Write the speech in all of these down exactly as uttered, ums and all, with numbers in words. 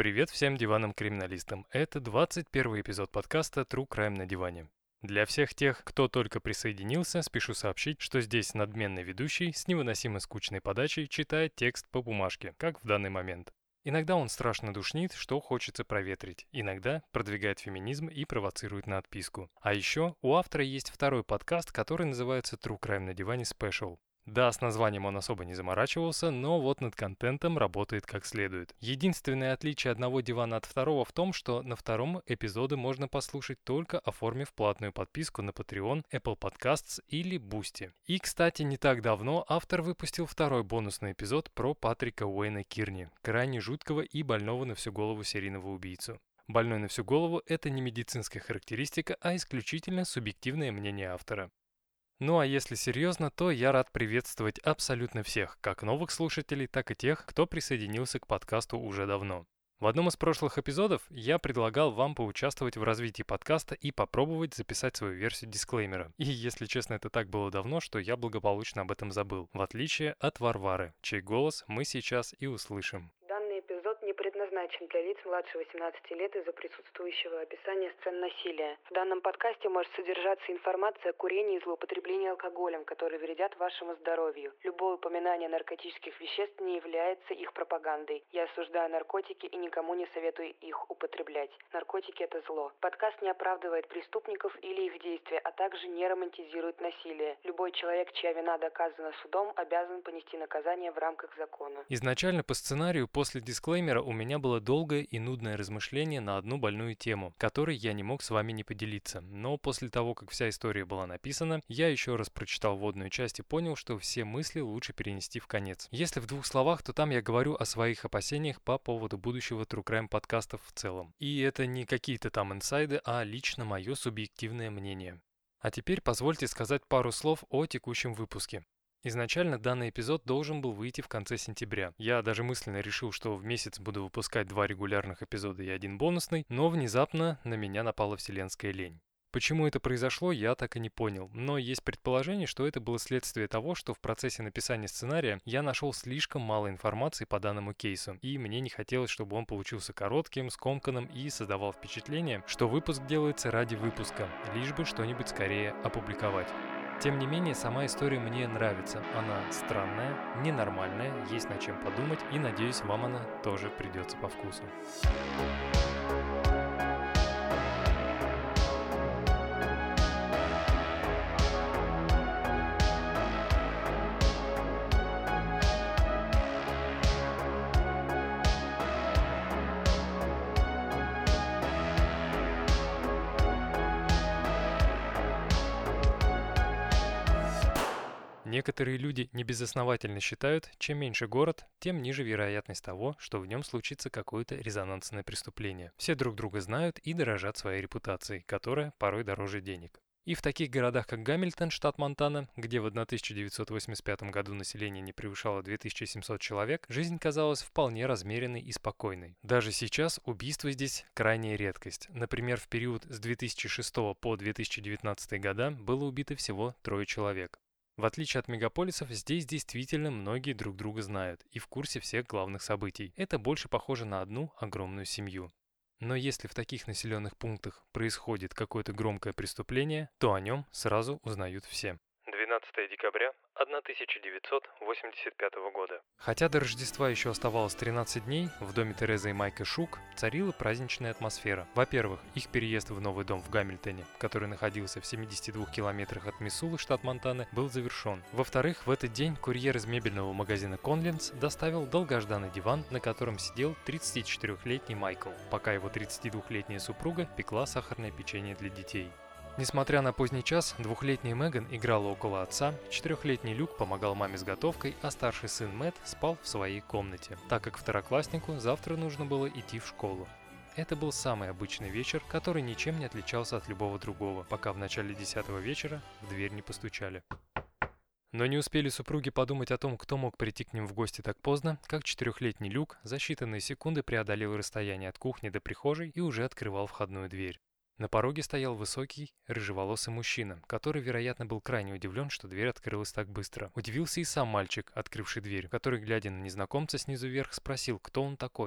Привет всем диванным криминалистам. Это двадцать первый эпизод подкаста True Crime на диване. Для всех тех, кто только присоединился, спешу сообщить, что здесь надменный ведущий с невыносимо скучной подачей читает текст по бумажке, как в данный момент. Иногда он страшно душнит, что хочется проветрить. Иногда продвигает феминизм и провоцирует на отписку. А еще у автора есть второй подкаст, который называется True Crime на диване Special. Да, с названием он особо не заморачивался, но вот над контентом работает как следует. Единственное отличие одного дивана от второго в том, что на втором эпизоды можно послушать только оформив платную подписку на Patreon, Apple Podcasts или Boosty. И, кстати, не так давно автор выпустил второй бонусный эпизод про Патрика Уэйна Кирни, крайне жуткого и больного на всю голову серийного убийцу. Больной на всю голову – это не медицинская характеристика, а исключительно субъективное мнение автора. Ну а если серьезно, то я рад приветствовать абсолютно всех, как новых слушателей, так и тех, кто присоединился к подкасту уже давно. В одном из прошлых эпизодов я предлагал вам поучаствовать в развитии подкаста и попробовать записать свою версию дисклеймера. И, если честно, это так было давно, что я благополучно об этом забыл, в отличие от Варвары, чей голос мы сейчас и услышим. Данный эпизод не предназначен для лиц младше восемнадцати лет из-за присутствующего описания сцен насилия. В данном подкасте может содержаться информация о курении и злоупотреблении алкоголем, которые вредят вашему здоровью. Любое упоминание наркотических веществ не является их пропагандой. Я осуждаю наркотики и никому не советую их употреблять. Наркотики – это зло. Подкаст не оправдывает преступников или их действия, а также не романтизирует насилие. Любой человек, чья вина доказана судом, обязан понести наказание в рамках закона. Изначально по сценарию после дисклеймера у меня было долгое и нудное размышление на одну больную тему, которой я не мог с вами не поделиться. Но после того, как вся история была написана, я еще раз прочитал вводную часть и понял, что все мысли лучше перенести в конец. Если в двух словах, то там я говорю о своих опасениях по поводу будущего True Crime подкастов в целом. И это не какие-то там инсайды, а лично мое субъективное мнение. А теперь позвольте сказать пару слов о текущем выпуске. Изначально данный эпизод должен был выйти в конце сентября. Я даже мысленно решил, что в месяц буду выпускать два регулярных эпизода и один бонусный, но внезапно на меня напала вселенская лень. Почему это произошло, я так и не понял, но есть предположение, что это было следствие того, что в процессе написания сценария я нашел слишком мало информации по данному кейсу, и мне не хотелось, чтобы он получился коротким, скомканным и создавал впечатление, что выпуск делается ради выпуска, лишь бы что-нибудь скорее опубликовать. Тем не менее, сама история мне нравится. Она странная, ненормальная, есть над чем подумать, и, надеюсь, вам она тоже придется по вкусу. Некоторые люди небезосновательно считают, чем меньше город, тем ниже вероятность того, что в нем случится какое-то резонансное преступление. Все друг друга знают и дорожат своей репутацией, которая порой дороже денег. И в таких городах, как Гамильтон, штат Монтана, где в тысяча девятьсот восемьдесят пятом году население не превышало две тысячи семьсот человек, жизнь казалась вполне размеренной и спокойной. Даже сейчас убийства здесь крайняя редкость. Например, в период с две тысячи шестого по две тысячи девятнадцатый года было убито всего трое человек. В отличие от мегаполисов, здесь действительно многие друг друга знают и в курсе всех главных событий. Это больше похоже на одну огромную семью. Но если в таких населенных пунктах происходит какое-то громкое преступление, то о нем сразу узнают все. двенадцатого декабря тысяча девятьсот восемьдесят пятого года. Хотя до Рождества еще оставалось тринадцать дней, в доме Терезы и Майка Шук царила праздничная атмосфера. Во-первых, их переезд в новый дом в Гамильтоне, который находился в семидесяти двух километрах от Миссулы, штат Монтана, был завершен. Во-вторых, в этот день курьер из мебельного магазина Конлинс доставил долгожданный диван, на котором сидел тридцатичетырехлетний Майкл, пока его тридцатидвухлетняя супруга пекла сахарное печенье для детей. Несмотря на поздний час, двухлетняя Меган играла около отца, четырехлетний Люк помогал маме с готовкой, а старший сын Мэтт спал в своей комнате, так как второкласснику завтра нужно было идти в школу. Это был самый обычный вечер, который ничем не отличался от любого другого, пока в начале десятого вечера в дверь не постучали. Но не успели супруги подумать о том, кто мог прийти к ним в гости так поздно, как четырехлетний Люк за считанные секунды преодолел расстояние от кухни до прихожей и уже открывал входную дверь. На пороге стоял высокий, рыжеволосый мужчина, который, вероятно, был крайне удивлен, что дверь открылась так быстро. Удивился и сам мальчик, открывший дверь, который, глядя на незнакомца снизу вверх, спросил, кто он такой.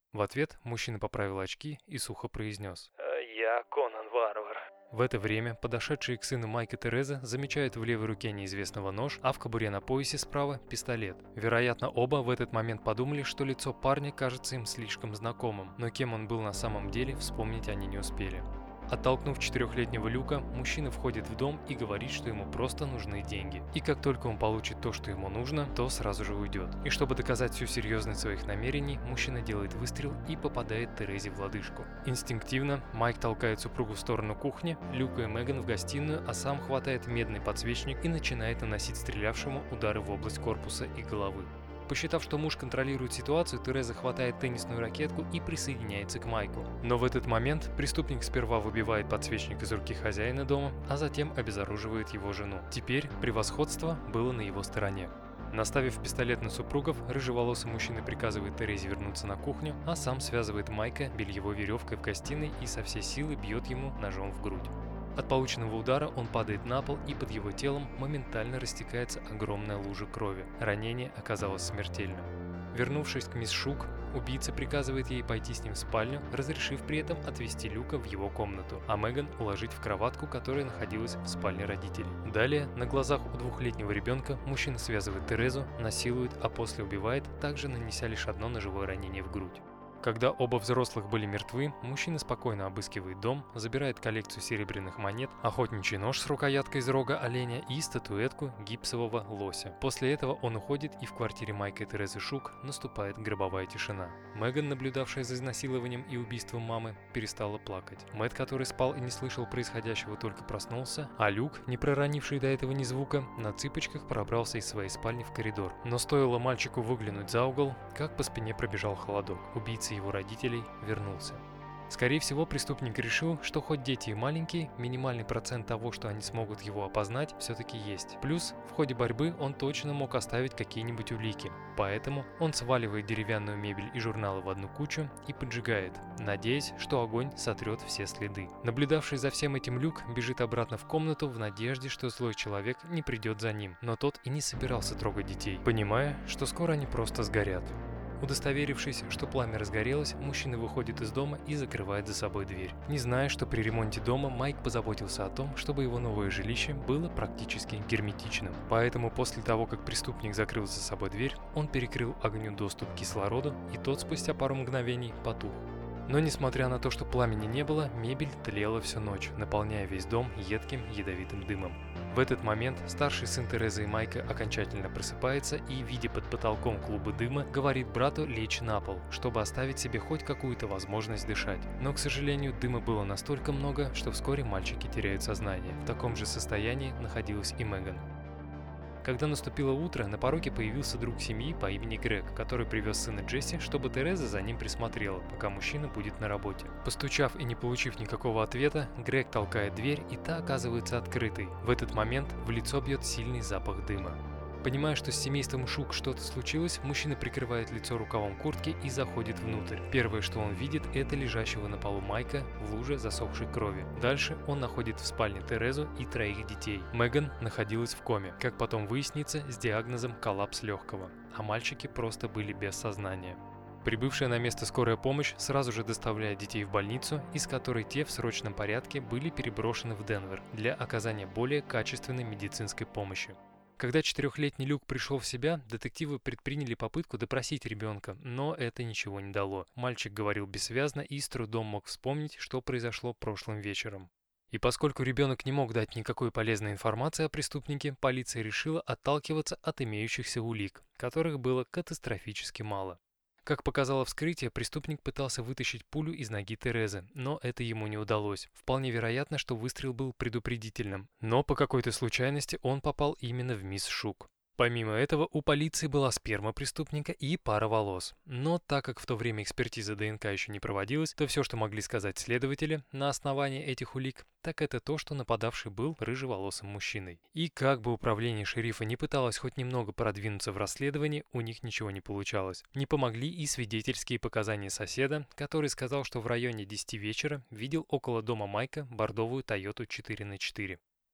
В ответ мужчина поправил очки и сухо произнес: «Я Конан Варвар». В это время подошедшие к сыну Майка Тереза замечают в левой руке неизвестного нож, а в кобуре на поясе справа пистолет. Вероятно, оба в этот момент подумали, что лицо парня кажется им слишком знакомым, но кем он был на самом деле, вспомнить они не успели. Оттолкнув четырехлетнего Люка, мужчина входит в дом и говорит, что ему просто нужны деньги. И как только он получит то, что ему нужно, то сразу же уйдет. И чтобы доказать всю серьезность своих намерений, мужчина делает выстрел и попадает Терезе в лодыжку. Инстинктивно Майк толкает супругу в сторону кухни, Люка и Меган в гостиную, а сам хватает медный подсвечник и начинает наносить стрелявшему удары в область корпуса и головы. Посчитав, что муж контролирует ситуацию, Тереза хватает теннисную ракетку и присоединяется к Майку. Но в этот момент преступник сперва выбивает подсвечник из руки хозяина дома, а затем обезоруживает его жену. Теперь превосходство было на его стороне. Наставив пистолет на супругов, рыжеволосый мужчина приказывает Терезе вернуться на кухню, а сам связывает Майка бельевой веревкой в гостиной и со всей силы бьет ему ножом в грудь. От полученного удара он падает на пол, и под его телом моментально растекается огромная лужа крови. Ранение оказалось смертельным. Вернувшись к мисс Шук, убийца приказывает ей пойти с ним в спальню, разрешив при этом отвезти Люка в его комнату, а Меган уложить в кроватку, которая находилась в спальне родителей. Далее, на глазах у двухлетнего ребенка, мужчина связывает Терезу, насилует, а после убивает, также нанеся лишь одно ножевое ранение в грудь. Когда оба взрослых были мертвы, мужчина спокойно обыскивает дом, забирает коллекцию серебряных монет, охотничий нож с рукояткой из рога оленя и статуэтку гипсового лося. После этого он уходит, и в квартире Майка и Терезы Шук наступает гробовая тишина. Меган, наблюдавшая за изнасилованием и убийством мамы, перестала плакать. Мэтт, который спал и не слышал происходящего, только проснулся, а Люк, не проронивший до этого ни звука, на цыпочках пробрался из своей спальни в коридор. Но стоило мальчику выглянуть за угол, как по спине пробежал холодок. Убийца его родителей вернулся. Скорее всего, преступник решил, что хоть дети и маленькие, минимальный процент того, что они смогут его опознать, все-таки есть. Плюс, в ходе борьбы он точно мог оставить какие-нибудь улики. Поэтому он сваливает деревянную мебель и журналы в одну кучу и поджигает, надеясь, что огонь сотрет все следы. Наблюдавший за всем этим Люк бежит обратно в комнату в надежде, что злой человек не придет за ним. Но тот и не собирался трогать детей, понимая, что скоро они просто сгорят. Удостоверившись, что пламя разгорелось, мужчина выходит из дома и закрывает за собой дверь. Не зная, что при ремонте дома Майк позаботился о том, чтобы его новое жилище было практически герметичным. Поэтому после того, как преступник закрыл за собой дверь, он перекрыл огню доступ к кислороду, и тот спустя пару мгновений потух. Но несмотря на то, что пламени не было, мебель тлела всю ночь, наполняя весь дом едким ядовитым дымом. В этот момент старший сын Терезы и Майка окончательно просыпается и, видя под потолком клубы дыма, говорит брату лечь на пол, чтобы оставить себе хоть какую-то возможность дышать. Но, к сожалению, дыма было настолько много, что вскоре мальчики теряют сознание. В таком же состоянии находилась и Меган. Когда наступило утро, на пороге появился друг семьи по имени Грег, который привез сына Джесси, чтобы Тереза за ним присмотрела, пока мужчина будет на работе. Постучав и не получив никакого ответа, Грег толкает дверь, и та оказывается открытой. В этот момент в лицо бьет сильный запах дыма. Понимая, что с семейством Шук что-то случилось, мужчина прикрывает лицо рукавом куртки и заходит внутрь. Первое, что он видит, это лежащего на полу Майка в луже засохшей крови. Дальше он находит в спальне Терезу и троих детей. Меган находилась в коме, как потом выяснится, с диагнозом коллапс легкого, а мальчики просто были без сознания. Прибывшая на место скорая помощь сразу же доставляет детей в больницу, из которой те в срочном порядке были переброшены в Денвер для оказания более качественной медицинской помощи. Когда четырехлетний Люк пришел в себя, детективы предприняли попытку допросить ребенка, но это ничего не дало. Мальчик говорил бессвязно и с трудом мог вспомнить, что произошло прошлым вечером. И поскольку ребенок не мог дать никакой полезной информации о преступнике, полиция решила отталкиваться от имеющихся улик, которых было катастрофически мало. Как показало вскрытие, преступник пытался вытащить пулю из ноги Терезы, но это ему не удалось. Вполне вероятно, что выстрел был предупредительным, но по какой-то случайности он попал именно в мисс Шук. Помимо этого, у полиции была сперма преступника и пара волос. Но так как в то время экспертиза ДНК еще не проводилась, то все, что могли сказать следователи на основании этих улик, так это то, что нападавший был рыжеволосым мужчиной. И как бы управление шерифа не пыталось хоть немного продвинуться в расследовании, у них ничего не получалось. Не помогли и свидетельские показания соседа, который сказал, что в районе десяти вечера видел около дома Майка бордовую Тойоту четыре на четыре.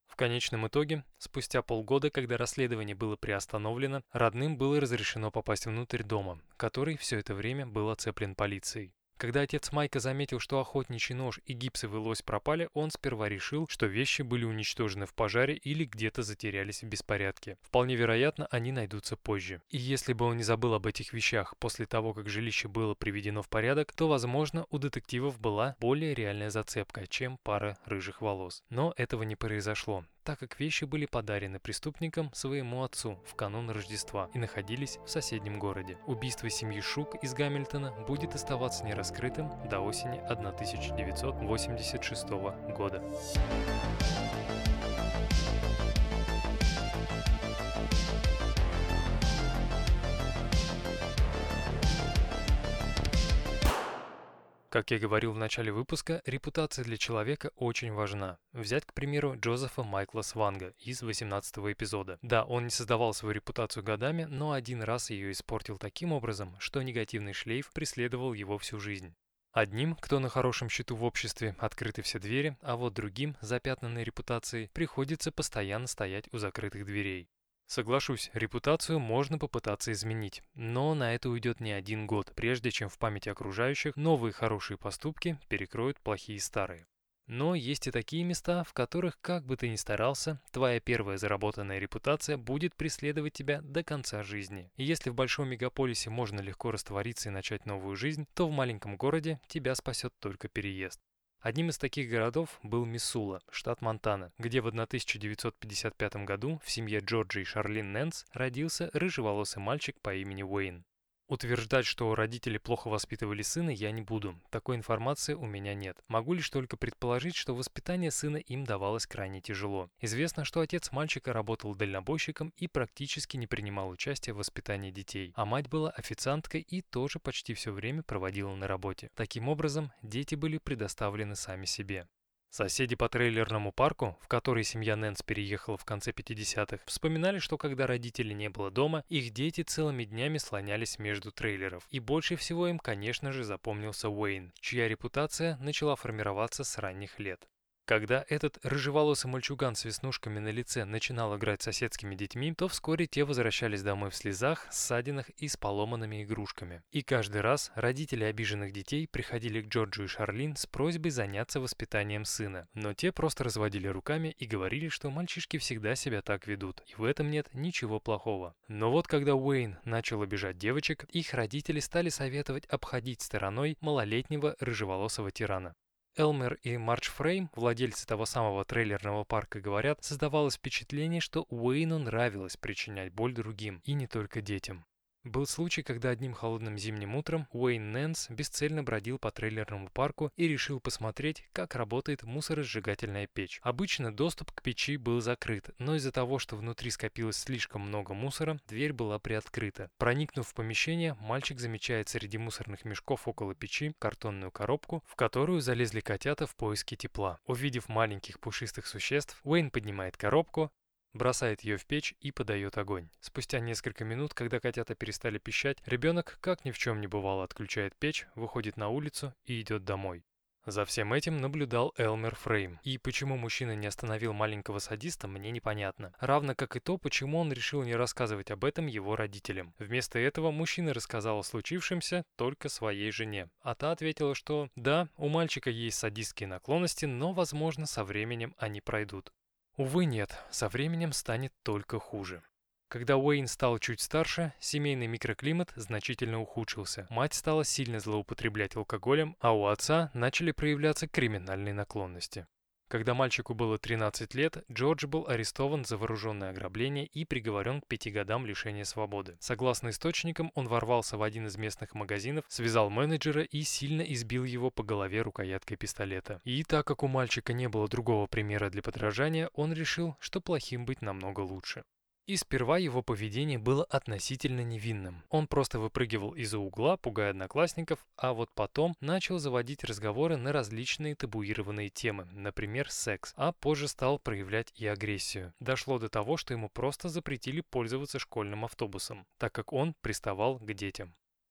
В конечном итоге, спустя полгода, когда расследование было приостановлено, родным было разрешено попасть внутрь дома, который все это время был оцеплен полицией. Когда отец Майка заметил, что охотничий нож и гипсовый лось пропали, он сперва решил, что вещи были уничтожены в пожаре или где-то затерялись в беспорядке. Вполне вероятно, они найдутся позже. И если бы он не забыл об этих вещах после того, как жилище было приведено в порядок, то, возможно, у детективов была более реальная зацепка, чем пара рыжих волос. Но этого не произошло, так как вещи были подарены преступникам своему отцу в канун Рождества и находились в соседнем городе. Убийство семьи Шук из Гамильтона будет оставаться нераскрытым до осени тысяча девятьсот восемьдесят шестого года. Как я говорил в начале выпуска, репутация для человека очень важна. Взять, к примеру, Джозефа Майкла Сванга из восемнадцатого эпизода. Да, он не создавал свою репутацию годами, но один раз ее испортил таким образом, что негативный шлейф преследовал его всю жизнь. Одним, кто на хорошем счету в обществе, открыты все двери, а вот другим, запятнанной репутацией, приходится постоянно стоять у закрытых дверей. Соглашусь, репутацию можно попытаться изменить, но на это уйдет не один год, прежде чем в памяти окружающих новые хорошие поступки перекроют плохие старые. Но есть и такие места, в которых, как бы ты ни старался, твоя первая заработанная репутация будет преследовать тебя до конца жизни. И если в большом мегаполисе можно легко раствориться и начать новую жизнь, то в маленьком городе тебя спасет только переезд. Одним из таких городов был Миссула, штат Монтана, где в тысяча девятьсот пятьдесят пятом году в семье Джорджа и Шарлин Нэнс родился рыжеволосый мальчик по имени Уэйн. Утверждать, что родители плохо воспитывали сына, я не буду. Такой информации у меня нет. Могу лишь только предположить, что воспитание сына им давалось крайне тяжело. Известно, что отец мальчика работал дальнобойщиком и практически не принимал участия в воспитании детей, а мать была официанткой и тоже почти все время проводила на работе. Таким образом, дети были предоставлены сами себе. Соседи по трейлерному парку, в который семья Нэнс переехала в конце пятидесятых, вспоминали, что когда родителей не было дома, их дети целыми днями слонялись между трейлеров. И больше всего им, конечно же, запомнился Уэйн, чья репутация начала формироваться с ранних лет. Когда этот рыжеволосый мальчуган с веснушками на лице начинал играть с соседскими детьми, то вскоре те возвращались домой в слезах, ссадинах и с поломанными игрушками. И каждый раз родители обиженных детей приходили к Джорджу и Шарлин с просьбой заняться воспитанием сына. Но те просто разводили руками и говорили, что мальчишки всегда себя так ведут, и в этом нет ничего плохого. Но вот когда Уэйн начал обижать девочек, их родители стали советовать обходить стороной малолетнего рыжеволосого тирана. Элмер и Мардж Фрейм, владельцы того самого трейлерного парка, говорят, создавалось впечатление, что Уэйну нравилось причинять боль другим, и не только детям. Был случай, когда одним холодным зимним утром Уэйн Нэнс бесцельно бродил по трейлерному парку и решил посмотреть, как работает мусоросжигательная печь. Обычно доступ к печи был закрыт, но из-за того, что внутри скопилось слишком много мусора, дверь была приоткрыта. Проникнув в помещение, мальчик замечает среди мусорных мешков около печи картонную коробку, в которую залезли котята в поиске тепла. Увидев маленьких пушистых существ, Уэйн поднимает коробку, бросает ее в печь и подает огонь. Спустя несколько минут, когда котята перестали пищать, ребенок, как ни в чем не бывало, отключает печь, выходит на улицу и идет домой. За всем этим наблюдал Элмер Фрейм. И почему мужчина не остановил маленького садиста, мне непонятно. Равно как и то, почему он решил не рассказывать об этом его родителям. Вместо этого мужчина рассказал о случившемся только своей жене. А та ответила, что да, у мальчика есть садистские наклонности, но, возможно, со временем они пройдут. Увы, нет, со временем станет только хуже. Когда Уэйн стал чуть старше, семейный микроклимат значительно ухудшился. Мать стала сильно злоупотреблять алкоголем, а у отца начали проявляться криминальные наклонности. Когда мальчику было тринадцать лет, Джордж был арестован за вооруженное ограбление и приговорен к пяти годам лишения свободы. Согласно источникам, он ворвался в один из местных магазинов, связал менеджера и сильно избил его по голове рукояткой пистолета. И так как у мальчика не было другого примера для подражания, он решил, что плохим быть намного лучше. И сперва его поведение было относительно невинным. Он просто выпрыгивал из-за угла, пугая одноклассников, а вот потом начал заводить разговоры на различные табуированные темы, например, секс, а позже стал проявлять и агрессию. Дошло до того, что ему просто запретили пользоваться школьным автобусом, так как он приставал к детям.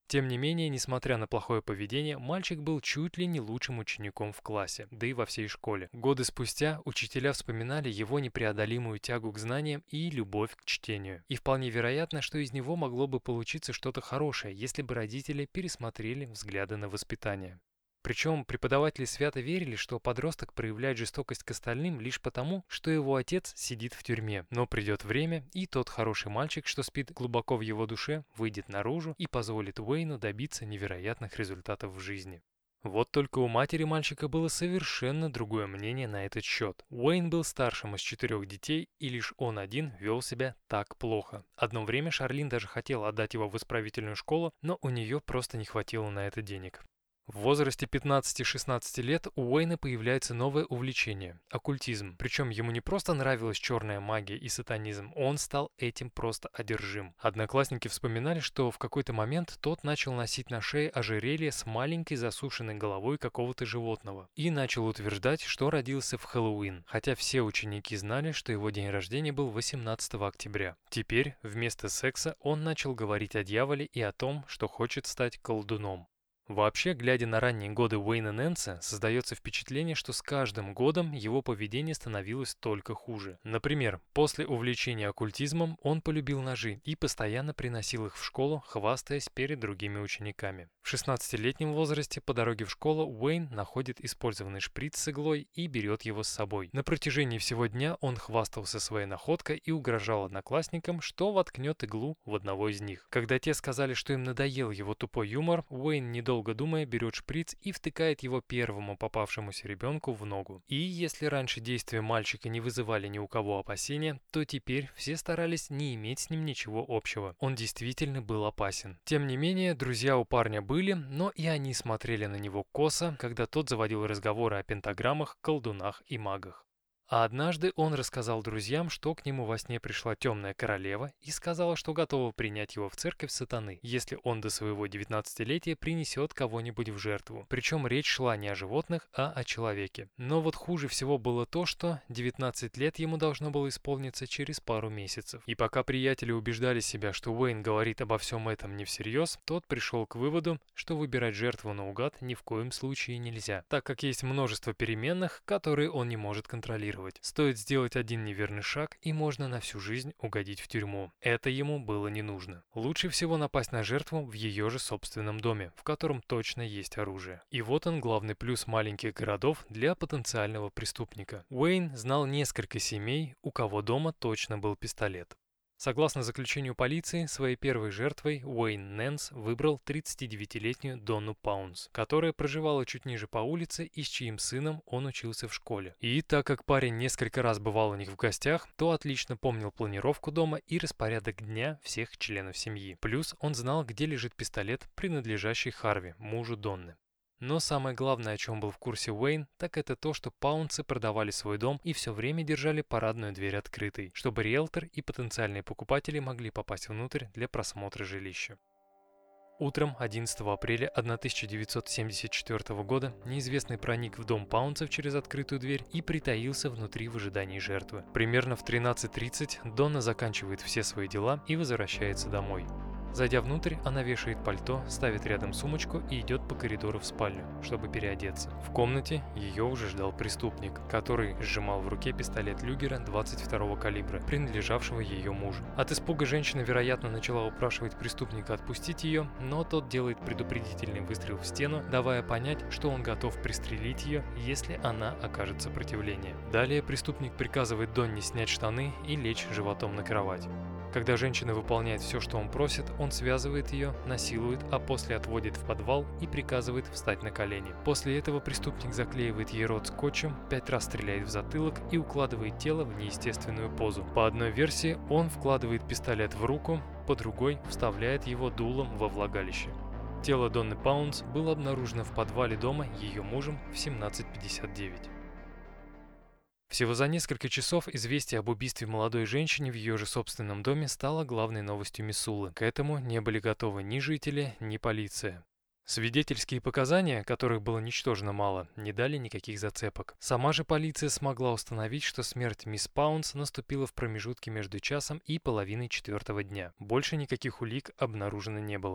Тем не менее, несмотря на плохое поведение, мальчик был чуть ли не лучшим учеником в классе, да и во всей школе. Годы спустя учителя вспоминали его непреодолимую тягу к знаниям и любовь к чтению. И вполне вероятно, что из него могло бы получиться что-то хорошее, если бы родители пересмотрели взгляды на воспитание. Причем преподаватели свято верили, что подросток проявляет жестокость к остальным лишь потому, что его отец сидит в тюрьме. Но придет время, и тот хороший мальчик, что спит глубоко в его душе, выйдет наружу и позволит Уэйну добиться невероятных результатов в жизни. Вот только у матери мальчика было совершенно другое мнение на этот счет. Уэйн был старшим из четырех детей, и лишь он один вел себя так плохо. Одно время Шарлин даже хотела отдать его в исправительную школу, но у нее просто не хватило на это денег. В возрасте пятнадцати-шестнадцати лет у Уэйна появляется новое увлечение – оккультизм. Причем ему не просто нравилась черная магия и сатанизм, он стал этим просто одержим. Одноклассники вспоминали, что в какой-то момент тот начал носить на шее ожерелье с маленькой засушенной головой какого-то животного и начал утверждать, что родился в Хэллоуин, хотя все ученики знали, что его день рождения был восемнадцатого октября. Теперь вместо секса он начал говорить о дьяволе и о том, что хочет стать колдуном. Вообще, глядя на ранние годы Уэйна Нэнса, создается впечатление, что с каждым годом его поведение становилось только хуже. Например, после увлечения оккультизмом он полюбил ножи и постоянно приносил их в школу, хвастаясь перед другими учениками. В шестнадцатилетнем возрасте по дороге в школу Уэйн находит использованный шприц с иглой и берет его с собой. На протяжении всего дня он хвастался своей находкой и угрожал одноклассникам, что воткнет иглу в одного из них. Когда те сказали, что им надоел его тупой юмор, Уэйн, недолго Долго думая, берет шприц и втыкает его первому попавшемуся ребенку в ногу. И если раньше действия мальчика не вызывали ни у кого опасения, то теперь все старались не иметь с ним ничего общего. Он действительно был опасен. Тем не менее, друзья у парня были, но и они смотрели на него косо, когда тот заводил разговоры о пентаграммах, колдунах и магах. А однажды он рассказал друзьям, что к нему во сне пришла темная королева и сказала, что готова принять его в церковь сатаны, если он до своего девятнадцатилетия принесет кого-нибудь в жертву. Причем речь шла не о животных, а о человеке. Но вот хуже всего было то, что девятнадцать лет ему должно было исполниться через пару месяцев. И пока приятели убеждали себя, что Уэйн говорит обо всем этом не всерьез, тот пришел к выводу, что выбирать жертву наугад ни в коем случае нельзя, так как есть множество переменных, которые он не может контролировать. Стоит сделать один неверный шаг, и можно на всю жизнь угодить в тюрьму. Это ему было не нужно. Лучше всего напасть на жертву в ее же собственном доме, в котором точно есть оружие. И вот он, главный плюс маленьких городов для потенциального преступника. Уэйн знал несколько семей, у кого дома точно был пистолет. Согласно заключению полиции, своей первой жертвой Уэйн Нэнс выбрал тридцатидевятилетнюю Донну Паунс, которая проживала чуть ниже по улице и с чьим сыном он учился в школе. И так как парень несколько раз бывал у них в гостях, то отлично помнил планировку дома и распорядок дня всех членов семьи. Плюс он знал, где лежит пистолет, принадлежащий Харви, мужу Донны. Но самое главное, о чем был в курсе Уэйн, так это то, что паунцы продавали свой дом и все время держали парадную дверь открытой, чтобы риэлтор и потенциальные покупатели могли попасть внутрь для просмотра жилища. Утром одиннадцатого апреля тысяча девятьсот семьдесят четвёртого года неизвестный проник в дом паунцев через открытую дверь и притаился внутри в ожидании жертвы. Примерно в тринадцать тридцать Донна заканчивает все свои дела и возвращается домой. Зайдя внутрь, она вешает пальто, ставит рядом сумочку и идет по коридору в спальню, чтобы переодеться. В комнате ее уже ждал преступник, который сжимал в руке пистолет Люгера двадцать второго калибра, принадлежавшего ее мужу. От испуга женщина, вероятно, начала упрашивать преступника отпустить ее, но тот делает предупредительный выстрел в стену, давая понять, что он готов пристрелить ее, если она окажет сопротивление. Далее преступник приказывает Донне снять штаны и лечь животом на кровать. Когда женщина выполняет все, что он просит, он связывает ее, насилует, а после отводит в подвал и приказывает встать на колени. После этого преступник заклеивает ей рот скотчем, пять раз стреляет в затылок и укладывает тело в неестественную позу. По одной версии, он вкладывает пистолет в руку, по другой вставляет его дулом во влагалище. Тело Донны Паунс было обнаружено в подвале дома ее мужем в семнадцать пятьдесят девять. Всего за несколько часов известие об убийстве молодой женщины в ее же собственном доме стало главной новостью Миссулы. К этому не были готовы ни жители, ни полиция. Свидетельские показания, которых было ничтожно мало, не дали никаких зацепок. Сама же полиция смогла установить, что смерть мисс Паунс наступила в промежутке между часом и половиной четвертого дня. Больше никаких улик обнаружено не было.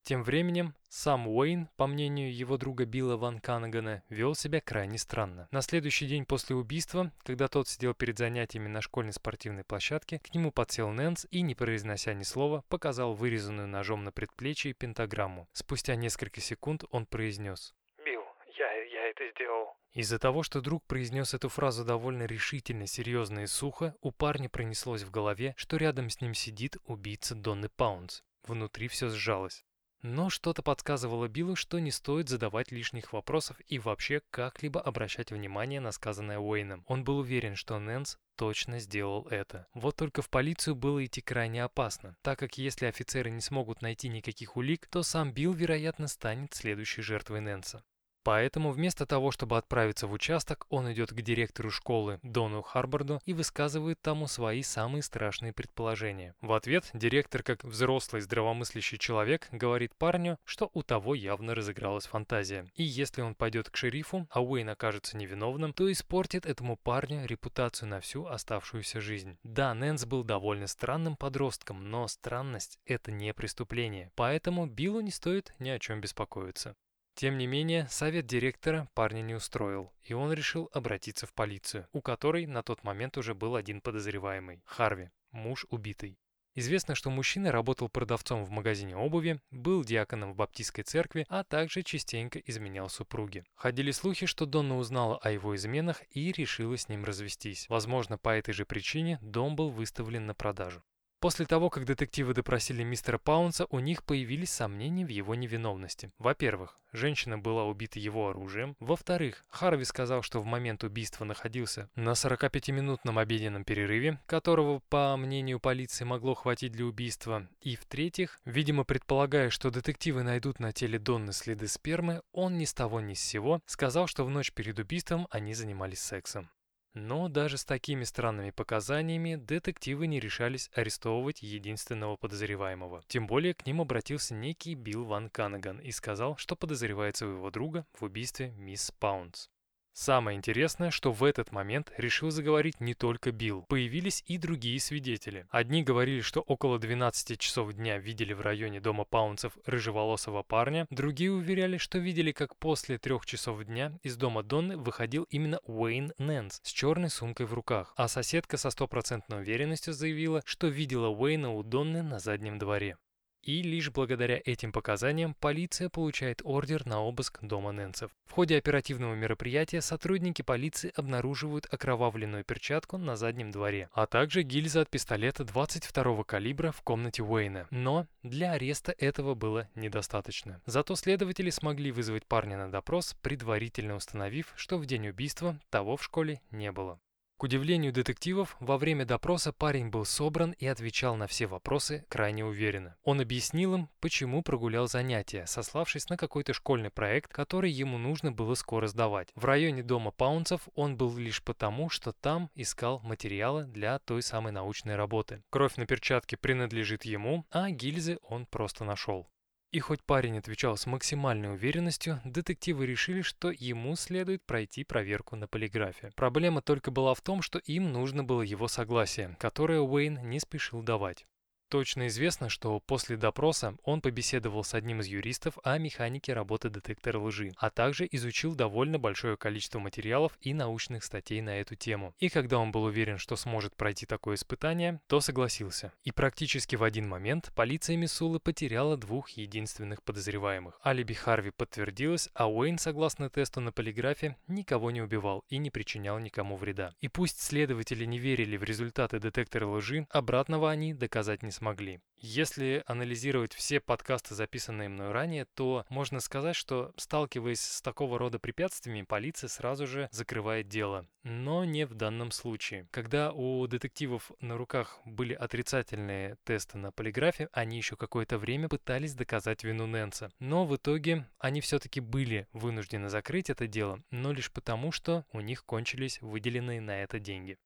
Тем временем, сам Уэйн, по мнению его друга Билла Ван Канагана, вел себя крайне странно. На следующий день после убийства, когда тот сидел перед занятиями на школьной спортивной площадке, к нему подсел Нэнс и, не произнося ни слова, показал вырезанную ножом на предплечье пентаграмму. Спустя несколько секунд он произнес: «Билл, я, я это сделал». Из-за того, что друг произнес эту фразу довольно решительно, серьезно и сухо, у парня пронеслось в голове, что рядом с ним сидит убийца Донны Паунс. Внутри все сжалось. Но что-то подсказывало Биллу, что не стоит задавать лишних вопросов и вообще как-либо обращать внимание на сказанное Уэйном. Он был уверен, что Нэнс точно сделал это. Вот только в полицию было идти крайне опасно, так как если офицеры не смогут найти никаких улик, то сам Билл, вероятно, станет следующей жертвой Нэнса. Поэтому вместо того, чтобы отправиться в участок, он идет к директору школы Дону Харборду и высказывает тому свои самые страшные предположения. В ответ директор, как взрослый здравомыслящий человек, говорит парню, что у того явно разыгралась фантазия. И если он пойдет к шерифу, а Уэйн окажется невиновным, то испортит этому парню репутацию на всю оставшуюся жизнь. Да, Нэнс был довольно странным подростком, но странность – это не преступление. Поэтому Биллу не стоит ни о чем беспокоиться. Тем не менее, совет директора парня не устроил, и он решил обратиться в полицию, у которой на тот момент уже был один подозреваемый – Харви, муж убитый. Известно, что мужчина работал продавцом в магазине обуви, был диаконом в баптистской церкви, а также частенько изменял супруге. Ходили слухи, что Донна узнала о его изменах и решила с ним развестись. Возможно, по этой же причине дом был выставлен на продажу. После того, как детективы допросили мистера Паунса, у них появились сомнения в его невиновности. Во-первых, женщина была убита его оружием. Во-вторых, Харви сказал, что в момент убийства находился на сорокапятиминутном обеденном перерыве, которого, по мнению полиции, могло хватить для убийства. И в-третьих, видимо, предполагая, что детективы найдут на теле Донны следы спермы, он ни с того ни с сего сказал, что в ночь перед убийством они занимались сексом. Но даже с такими странными показаниями детективы не решались арестовывать единственного подозреваемого. Тем более к ним обратился некий Билл Ван Канаган и сказал, что подозревает своего друга в убийстве мисс Паунс. Самое интересное, что в этот момент решил заговорить не только Билл. Появились и другие свидетели. Одни говорили, что около двенадцати часов дня видели в районе дома Паунсов рыжеволосого парня, другие уверяли, что видели, как после трех часов дня из дома Донны выходил именно Уэйн Нэнс с черной сумкой в руках, а соседка со стопроцентной уверенностью заявила, что видела Уэйна у Донны на заднем дворе. И лишь благодаря этим показаниям полиция получает ордер на обыск дома Нэнсов. В ходе оперативного мероприятия сотрудники полиции обнаруживают окровавленную перчатку на заднем дворе, а также гильзы от пистолета двадцать второго калибра в комнате Уэйна. Но для ареста этого было недостаточно. Зато следователи смогли вызвать парня на допрос, предварительно установив, что в день убийства того в школе не было. К удивлению детективов, во время допроса парень был собран и отвечал на все вопросы крайне уверенно. Он объяснил им, почему прогулял занятия, сославшись на какой-то школьный проект, который ему нужно было скоро сдавать. В районе дома Паунсов он был лишь потому, что там искал материалы для той самой научной работы. Кровь на перчатке принадлежит ему, а гильзы он просто нашел. И хоть парень отвечал с максимальной уверенностью, детективы решили, что ему следует пройти проверку на полиграфе. Проблема только была в том, что им нужно было его согласие, которое Уэйн не спешил давать. Точно известно, что после допроса он побеседовал с одним из юристов о механике работы детектора лжи, а также изучил довольно большое количество материалов и научных статей на эту тему. И когда он был уверен, что сможет пройти такое испытание, то согласился. И практически в один момент полиция Миссулы потеряла двух единственных подозреваемых. Алиби Харви подтвердилось, а Уэйн, согласно тесту на полиграфе, никого не убивал и не причинял никому вреда. И пусть следователи не верили в результаты детектора лжи, обратного они доказать не смогли. Смогли. Если анализировать все подкасты, записанные мной ранее, то можно сказать, что, сталкиваясь с такого рода препятствиями, полиция сразу же закрывает дело. Но не в данном случае. Когда у детективов на руках были отрицательные тесты на полиграфе, они еще какое-то время пытались доказать вину Нэнса. Но в итоге они все-таки были вынуждены закрыть это дело, но лишь потому, что у них кончились выделенные на это деньги.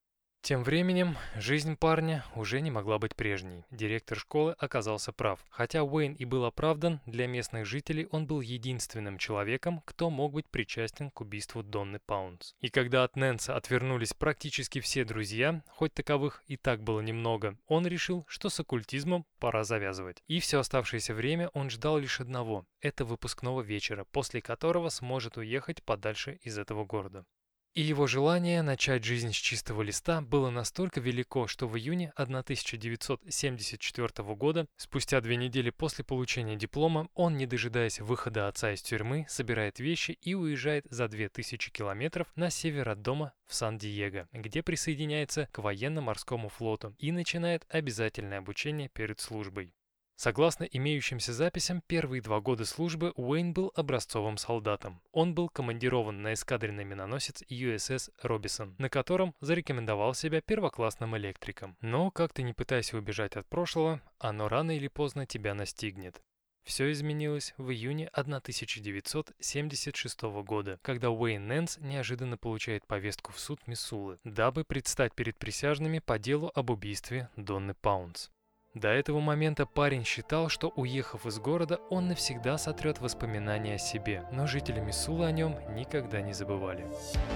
Тем временем, жизнь парня уже не могла быть прежней. Директор школы оказался прав. Хотя Уэйн и был оправдан, для местных жителей он был единственным человеком, кто мог быть причастен к убийству Донны Паундс. И когда от Нэнса отвернулись практически все друзья, хоть таковых и так было немного, он решил, что с оккультизмом пора завязывать. И все оставшееся время он ждал лишь одного – это выпускного вечера, после которого сможет уехать подальше из этого города. И его желание начать жизнь с чистого листа было настолько велико, что в июне тысяча девятьсот семьдесят четвёртого года, спустя две недели после получения диплома, он, не дожидаясь выхода отца из тюрьмы, собирает вещи и уезжает за две тысячи километров на север от дома в Сан-Диего, где присоединяется к военно-морскому флоту и начинает обязательное обучение перед службой. Согласно имеющимся записям, первые два года службы Уэйн был образцовым солдатом. Он был командирован на эскадренный миноносец ю эс эс «Робисон», на котором зарекомендовал себя первоклассным электриком. Но, как ты не пытайся убежать от прошлого, оно рано или поздно тебя настигнет. Все изменилось в июне тысяча девятьсот семьдесят шестого года, когда Уэйн Нэнс неожиданно получает повестку в суд Миссулы, дабы предстать перед присяжными по делу об убийстве Донны Паундс. До этого момента парень считал, что, уехав из города, он навсегда сотрет воспоминания о себе, но жители Миссулы о нем никогда не забывали.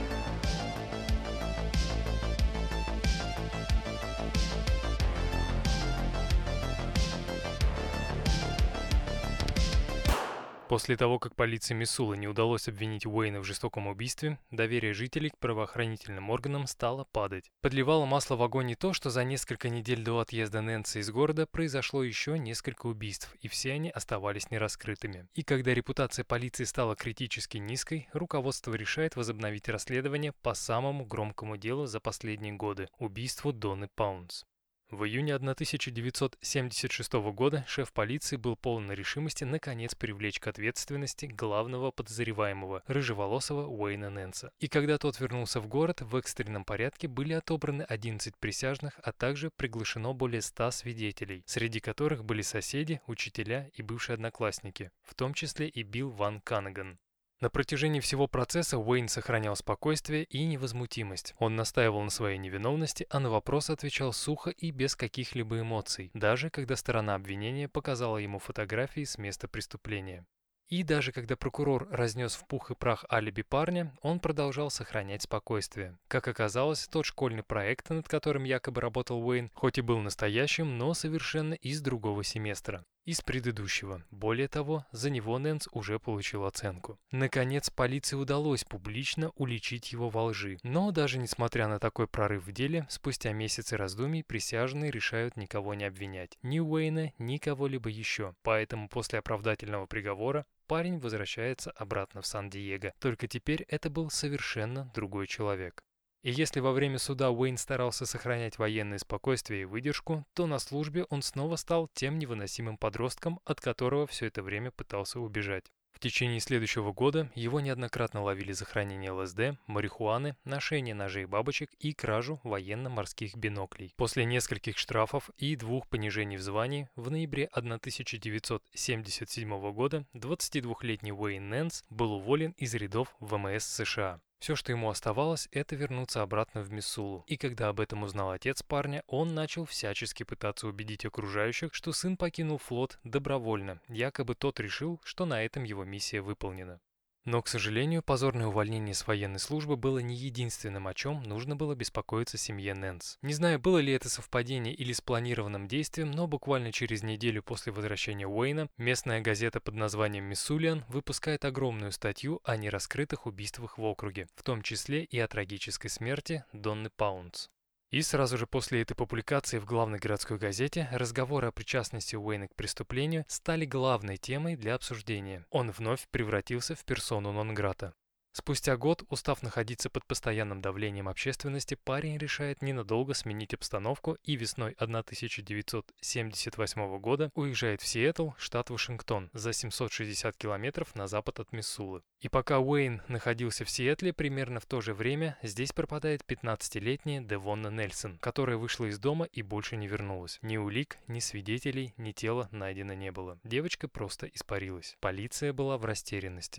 После того, как полиции Миссулы не удалось обвинить Уэйна в жестоком убийстве, доверие жителей к правоохранительным органам стало падать. Подливало масло в огонь и то, что за несколько недель до отъезда Нэнса из города произошло еще несколько убийств, и все они оставались нераскрытыми. И когда репутация полиции стала критически низкой, руководство решает возобновить расследование по самому громкому делу за последние годы – убийству Донны Паундс. В июне тысяча девятьсот семьдесят шестого года шеф полиции был полон решимости наконец привлечь к ответственности главного подозреваемого, рыжеволосого Уэйна Нэнса. И когда тот вернулся в город, в экстренном порядке были отобраны одиннадцать присяжных, а также приглашено более ста свидетелей, среди которых были соседи, учителя и бывшие одноклассники, в том числе и Билл Ван Канаган. На протяжении всего процесса Уэйн сохранял спокойствие и невозмутимость. Он настаивал на своей невиновности, а на вопросы отвечал сухо и без каких-либо эмоций, даже когда сторона обвинения показала ему фотографии с места преступления. И даже когда прокурор разнес в пух и прах алиби парня, он продолжал сохранять спокойствие. Как оказалось, тот школьный проект, над которым якобы работал Уэйн, хоть и был настоящим, но совершенно из другого семестра. Из предыдущего. Более того, за него Нэнс уже получил оценку. Наконец, полиции удалось публично уличить его во лжи. Но даже несмотря на такой прорыв в деле, спустя месяцы раздумий присяжные решают никого не обвинять. Ни Уэйна, ни кого-либо еще. Поэтому после оправдательного приговора парень возвращается обратно в Сан-Диего. Только теперь это был совершенно другой человек. И если во время суда Уэйн старался сохранять военное спокойствие и выдержку, то на службе он снова стал тем невыносимым подростком, от которого все это время пытался убежать. В течение следующего года его неоднократно ловили за хранение эл эс дэ, марихуаны, ношение ножей и бабочек и кражу военно-морских биноклей. После нескольких штрафов и двух понижений в звании, в ноябре тысяча девятьсот семьдесят седьмого года двадцатидвухлетний Уэйн Нэнс был уволен из рядов вэ эм эс США. Все, что ему оставалось, это вернуться обратно в Миссулу. И когда об этом узнал отец парня, он начал всячески пытаться убедить окружающих, что сын покинул флот добровольно. Якобы тот решил, что на этом его миссия выполнена. Но, к сожалению, позорное увольнение с военной службы было не единственным, о чем нужно было беспокоиться семье Нэнс. Не знаю, было ли это совпадение или спланированным действием, но буквально через неделю после возвращения Уэйна местная газета под названием «Миссулиан» выпускает огромную статью о нераскрытых убийствах в округе, в том числе и о трагической смерти Донны Паундс. И сразу же после этой публикации в главной городской газете разговоры о причастности Уэйна к преступлению стали главной темой для обсуждения. Он вновь превратился в персону нон-грата. Спустя год, устав находиться под постоянным давлением общественности, парень решает ненадолго сменить обстановку и весной тысяча девятьсот семьдесят восьмого года уезжает в Сиэтл, штат Вашингтон, за семьсот шестьдесят километров на запад от Миссулы. И пока Уэйн находился в Сиэтле, примерно в то же время здесь пропадает пятнадцатилетняя Девонна Нельсон, которая вышла из дома и больше не вернулась. Ни улик, ни свидетелей, ни тела найдено не было. Девочка просто испарилась. Полиция была в растерянности.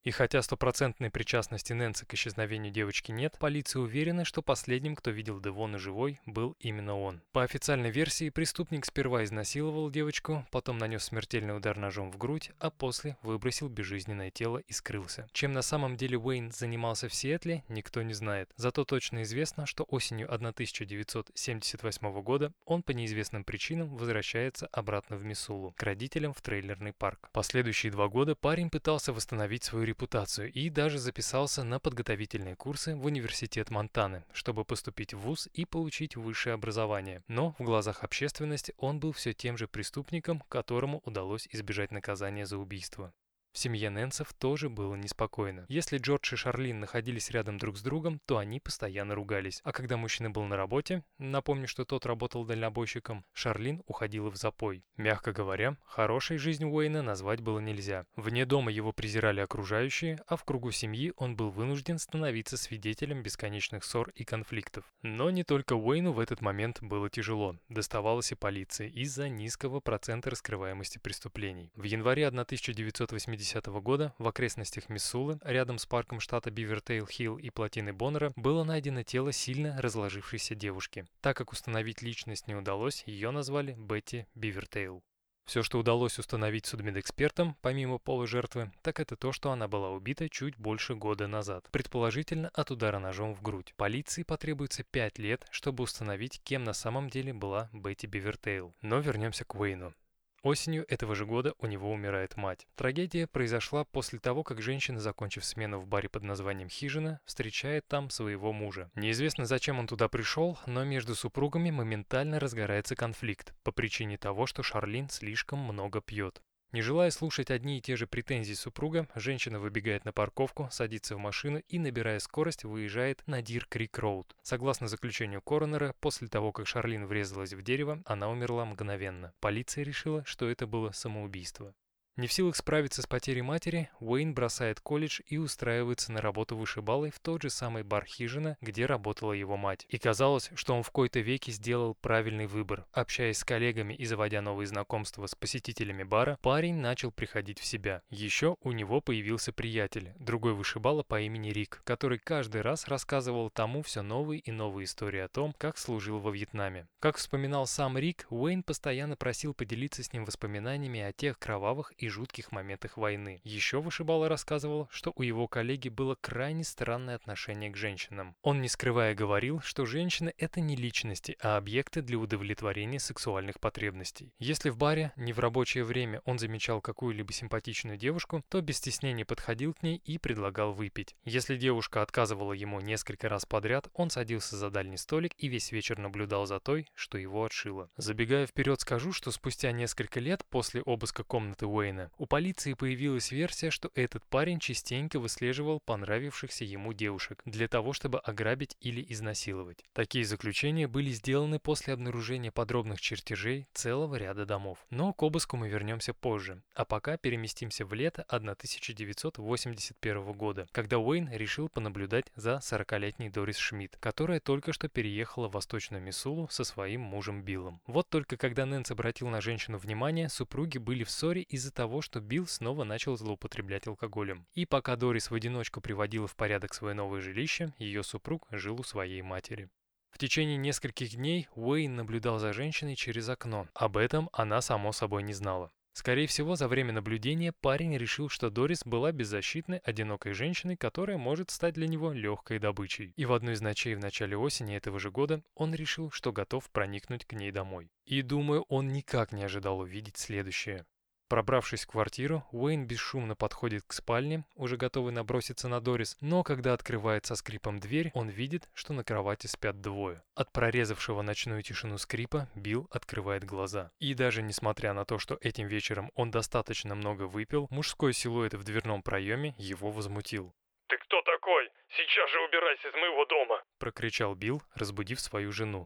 И хотя стопроцентной причастности Нэнси к исчезновению девочки нет, полиция уверена, что последним, кто видел Девону живой, был именно он. По официальной версии, преступник сперва изнасиловал девочку, потом нанес смертельный удар ножом в грудь, а после выбросил безжизненное тело и скрылся. Чем на самом деле Уэйн занимался в Сиэтле, никто не знает. Зато точно известно, что осенью тысяча девятьсот семьдесят восьмого года он по неизвестным причинам возвращается обратно в Мисулу, к родителям в трейлерный парк. Последующие два года парень пытался восстановить свою репутацию репутацию и даже записался на подготовительные курсы в университет Монтаны, чтобы поступить в вуз и получить высшее образование. Но в глазах общественности он был все тем же преступником, которому удалось избежать наказания за убийство. В семье Нэнсов тоже было неспокойно. Если Джордж и Шарлин находились рядом друг с другом, то они постоянно ругались. А когда мужчина был на работе, напомню, что тот работал дальнобойщиком, Шарлин уходила в запой. Мягко говоря, хорошей жизнь Уэйна назвать было нельзя. Вне дома его презирали окружающие, а в кругу семьи он был вынужден становиться свидетелем бесконечных ссор и конфликтов. Но не только Уэйну в этот момент было тяжело. Доставалось и полиции из-за низкого процента раскрываемости преступлений. В январе тысяча девятьсот восьмидесятого года в окрестностях Миссулы, рядом с парком штата Бивертейл-Хилл и плотиной Боннера, было найдено тело сильно разложившейся девушки. Так как установить личность не удалось, ее назвали Бетти Бивертейл. Все, что удалось установить судмедэкспертам, помимо пола жертвы, так это то, что она была убита чуть больше года назад, предположительно от удара ножом в грудь. Полиции потребуется пять лет, чтобы установить, кем на самом деле была Бетти Бивертейл. Но вернемся к Уэйну. Осенью этого же года у него умирает мать. Трагедия произошла после того, как женщина, закончив смену в баре под названием «Хижина», встречает там своего мужа. Неизвестно, зачем он туда пришел, но между супругами моментально разгорается конфликт по причине того, что Шарлин слишком много пьет. Не желая слушать одни и те же претензии супруга, женщина выбегает на парковку, садится в машину и, набирая скорость, выезжает на Дир-Крик-Роуд. Согласно заключению коронера, после того, как Шарлин врезалась в дерево, она умерла мгновенно. Полиция решила, что это было самоубийство. Не в силах справиться с потерей матери, Уэйн бросает колледж и устраивается на работу вышибалой в тот же самый бар «Хижина», где работала его мать. И казалось, что он в кои-то веки сделал правильный выбор. Общаясь с коллегами и заводя новые знакомства с посетителями бара, парень начал приходить в себя. Еще у него появился приятель, другой вышибала по имени Рик, который каждый раз рассказывал тому все новые и новые истории о том, как служил во Вьетнаме. Как вспоминал сам Рик, Уэйн постоянно просил поделиться с ним воспоминаниями о тех кровавых и жутких моментах войны. Еще вышибала рассказывал, что у его коллеги было крайне странное отношение к женщинам. Он, не скрывая, говорил, что женщины — это не личности, а объекты для удовлетворения сексуальных потребностей. Если в баре, не в рабочее время, он замечал какую-либо симпатичную девушку, то без стеснения подходил к ней и предлагал выпить. Если девушка отказывала ему несколько раз подряд, он садился за дальний столик и весь вечер наблюдал за той, что его отшила. Забегая вперед, скажу, что спустя несколько лет после обыска комнаты Уэйна у полиции появилась версия, что этот парень частенько выслеживал понравившихся ему девушек для того, чтобы ограбить или изнасиловать. Такие заключения были сделаны после обнаружения подробных чертежей целого ряда домов. Но к обыску мы вернемся позже. А пока переместимся в лето тысяча девятьсот восемьдесят первого года, когда Уэйн решил понаблюдать за сорокалетней Дорис Шмидт, которая только что переехала в Восточную Миссулу со своим мужем Биллом. Вот только когда Нэнс обратил на женщину внимание, супруги были в ссоре из-за того, того, что Билл снова начал злоупотреблять алкоголем. И пока Дорис в одиночку приводила в порядок свое новое жилище, ее супруг жил у своей матери. В течение нескольких дней Уэйн наблюдал за женщиной через окно. Об этом она, само собой, не знала. Скорее всего, за время наблюдения парень решил, что Дорис была беззащитной, одинокой женщиной, которая может стать для него легкой добычей. И в одну из ночей в начале осени этого же года он решил, что готов проникнуть к ней домой. И, думаю, он никак не ожидал увидеть следующее. Пробравшись в квартиру, Уэйн бесшумно подходит к спальне, уже готовый наброситься на Дорис, но когда открывает со скрипом дверь, он видит, что на кровати спят двое. От прорезавшего ночную тишину скрипа Билл открывает глаза. И даже несмотря на то, что этим вечером он достаточно много выпил, мужской силуэт в дверном проеме его возмутил. «Ты кто такой? Сейчас же убирайся из моего дома!» — прокричал Билл, разбудив свою жену.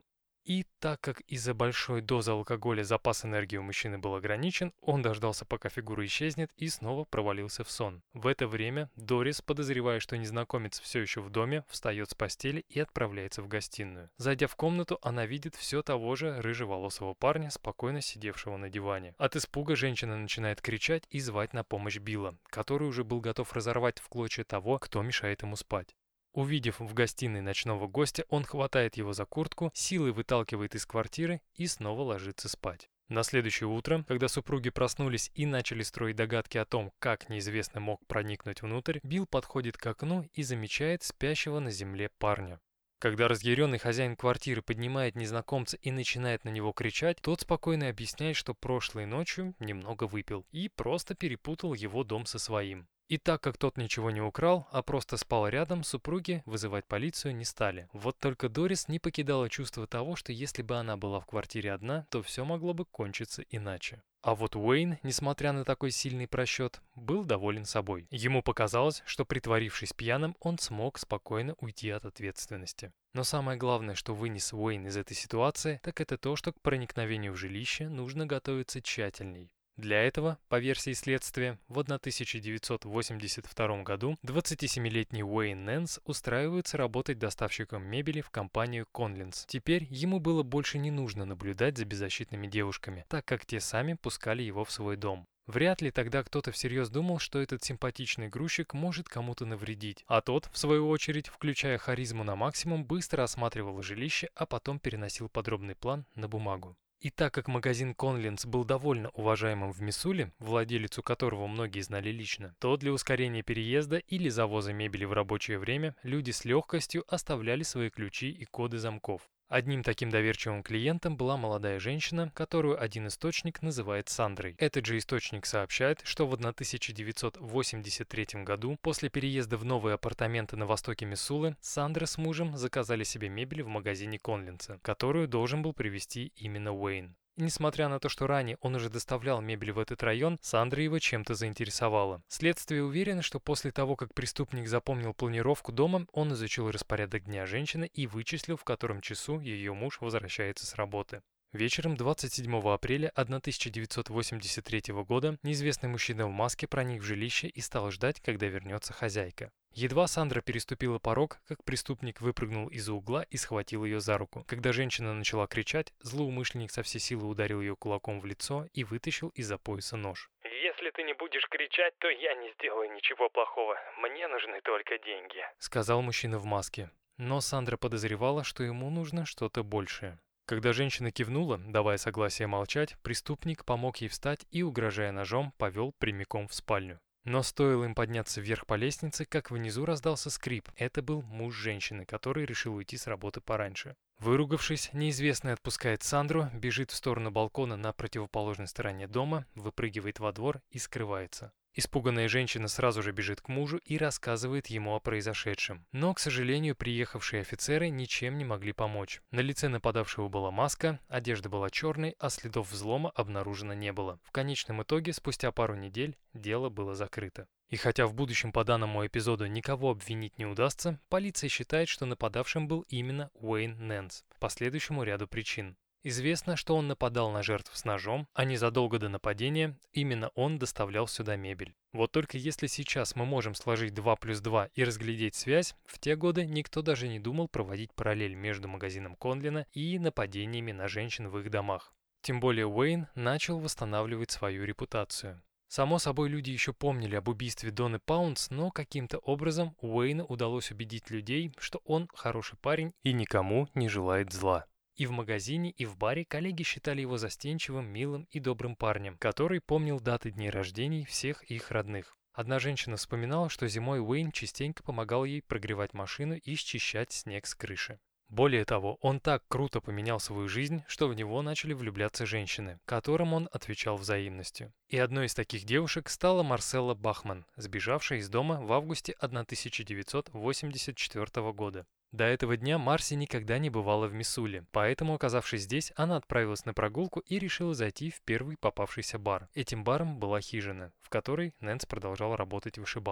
И так как из-за большой дозы алкоголя запас энергии у мужчины был ограничен, он дождался, пока фигура исчезнет, и снова провалился в сон. В это время Дорис, подозревая, что незнакомец все еще в доме, встает с постели и отправляется в гостиную. Зайдя в комнату, она видит все того же рыжеволосого парня, спокойно сидевшего на диване. От испуга женщина начинает кричать и звать на помощь Билла, который уже был готов разорвать в клочья того, кто мешает ему спать. Увидев в гостиной ночного гостя, он хватает его за куртку, силой выталкивает из квартиры и снова ложится спать. На следующее утро, когда супруги проснулись и начали строить догадки о том, как неизвестный мог проникнуть внутрь, Билл подходит к окну и замечает спящего на земле парня. Когда разъяренный хозяин квартиры поднимает незнакомца и начинает на него кричать, тот спокойно объясняет, что прошлой ночью немного выпил и просто перепутал его дом со своим. И так как тот ничего не украл, а просто спал рядом, супруги вызывать полицию не стали. Вот только Дорис не покидала чувство того, что если бы она была в квартире одна, то все могло бы кончиться иначе. А вот Уэйн, несмотря на такой сильный просчет, был доволен собой. Ему показалось, что притворившись пьяным, он смог спокойно уйти от ответственности. Но самое главное, что вынес Уэйн из этой ситуации, так это то, что к проникновению в жилище нужно готовиться тщательней. Для этого, по версии следствия, в тысяча девятьсот восемьдесят втором году двадцатисемилетний Уэйн Нэнс устраивается работать доставщиком мебели в компанию Конлинс. Теперь ему было больше не нужно наблюдать за беззащитными девушками, так как те сами пускали его в свой дом. Вряд ли тогда кто-то всерьез думал, что этот симпатичный грузчик может кому-то навредить, а тот, в свою очередь, включая харизму на максимум, быстро осматривал жилище, а потом переносил подробный план на бумагу. И так как магазин Конлинс был довольно уважаемым в Миссури, владелицу которого многие знали лично, то для ускорения переезда или завоза мебели в рабочее время люди с легкостью оставляли свои ключи и коды замков. Одним таким доверчивым клиентом была молодая женщина, которую один источник называет Сандрой. Этот же источник сообщает, что в тысяча девятьсот восемьдесят третьем году, после переезда в новые апартаменты на востоке Миссулы, Сандра с мужем заказали себе мебель в магазине Конлинса, которую должен был привезти именно Уэйн. И несмотря на то, что ранее он уже доставлял мебель в этот район, Сандра его чем-то заинтересовала. Следствие уверено, что после того, как преступник запомнил планировку дома, он изучил распорядок дня женщины и вычислил, в котором часу ее муж возвращается с работы. Вечером двадцать седьмого апреля тысяча девятьсот восемьдесят третьего года неизвестный мужчина в маске проник в жилище и стал ждать, когда вернется хозяйка. Едва Сандра переступила порог, как преступник выпрыгнул из-за угла и схватил ее за руку. Когда женщина начала кричать, злоумышленник со всей силы ударил ее кулаком в лицо и вытащил из-за пояса нож. «Если ты не будешь кричать, то я не сделаю ничего плохого. Мне нужны только деньги», — сказал мужчина в маске. Но Сандра подозревала, что ему нужно что-то большее. Когда женщина кивнула, давая согласие молчать, преступник помог ей встать и, угрожая ножом, повел прямиком в спальню. Но стоило им подняться вверх по лестнице, как внизу раздался скрип. Это был муж женщины, который решил уйти с работы пораньше. Выругавшись, неизвестный отпускает Сандру, бежит в сторону балкона на противоположной стороне дома, выпрыгивает во двор и скрывается. Испуганная женщина сразу же бежит к мужу и рассказывает ему о произошедшем. Но, к сожалению, приехавшие офицеры ничем не могли помочь. На лице нападавшего была маска, одежда была черной, а следов взлома обнаружено не было. В конечном итоге, спустя пару недель, дело было закрыто. И хотя в будущем по данному эпизоду никого обвинить не удастся, полиция считает, что нападавшим был именно Уэйн Нэнс по следующему ряду причин. Известно, что он нападал на жертв с ножом, а незадолго до нападения именно он доставлял сюда мебель. Вот только если сейчас мы можем сложить два плюс два и разглядеть связь, в те годы никто даже не думал проводить параллель между магазином Конлина и нападениями на женщин в их домах. Тем более Уэйн начал восстанавливать свою репутацию. Само собой, люди еще помнили об убийстве Доны Паундс, но каким-то образом Уэйну удалось убедить людей, что он хороший парень и никому не желает зла. И в магазине, и в баре коллеги считали его застенчивым, милым и добрым парнем, который помнил даты дней рождений всех их родных. Одна женщина вспоминала, что зимой Уэйн частенько помогал ей прогревать машину и счищать снег с крыши. Более того, он так круто поменял свою жизнь, что в него начали влюбляться женщины, которым он отвечал взаимностью. И одной из таких девушек стала Марселла Бахман, сбежавшая из дома в августе тысяча девятьсот восемьдесят четвёртого года. До этого дня Марси никогда не бывала в Миссуле, поэтому, оказавшись здесь, она отправилась на прогулку и решила зайти в первый попавшийся бар. Этим баром была хижина, в которой Нэнс продолжал работать вышибалой.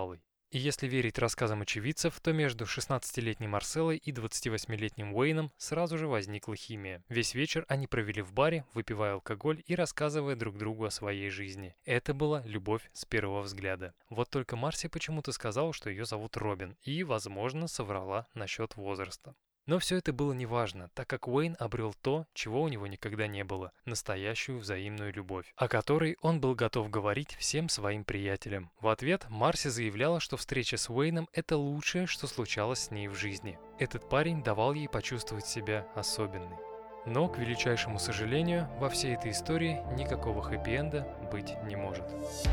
И если верить рассказам очевидцев, то между шестнадцатилетней Марселой и двадцативосьмилетним Уэйном сразу же возникла химия. Весь вечер они провели в баре, выпивая алкоголь и рассказывая друг другу о своей жизни. Это была любовь с первого взгляда. Вот только Марси почему-то сказала, что ее зовут Робин, и, возможно, соврала насчет возраста. Но все это было неважно, так как Уэйн обрел то, чего у него никогда не было – настоящую взаимную любовь, о которой он был готов говорить всем своим приятелям. В ответ Марси заявляла, что встреча с Уэйном – это лучшее, что случалось с ней в жизни. Этот парень давал ей почувствовать себя особенной. Но, к величайшему сожалению, во всей этой истории никакого хэппи-энда быть не может.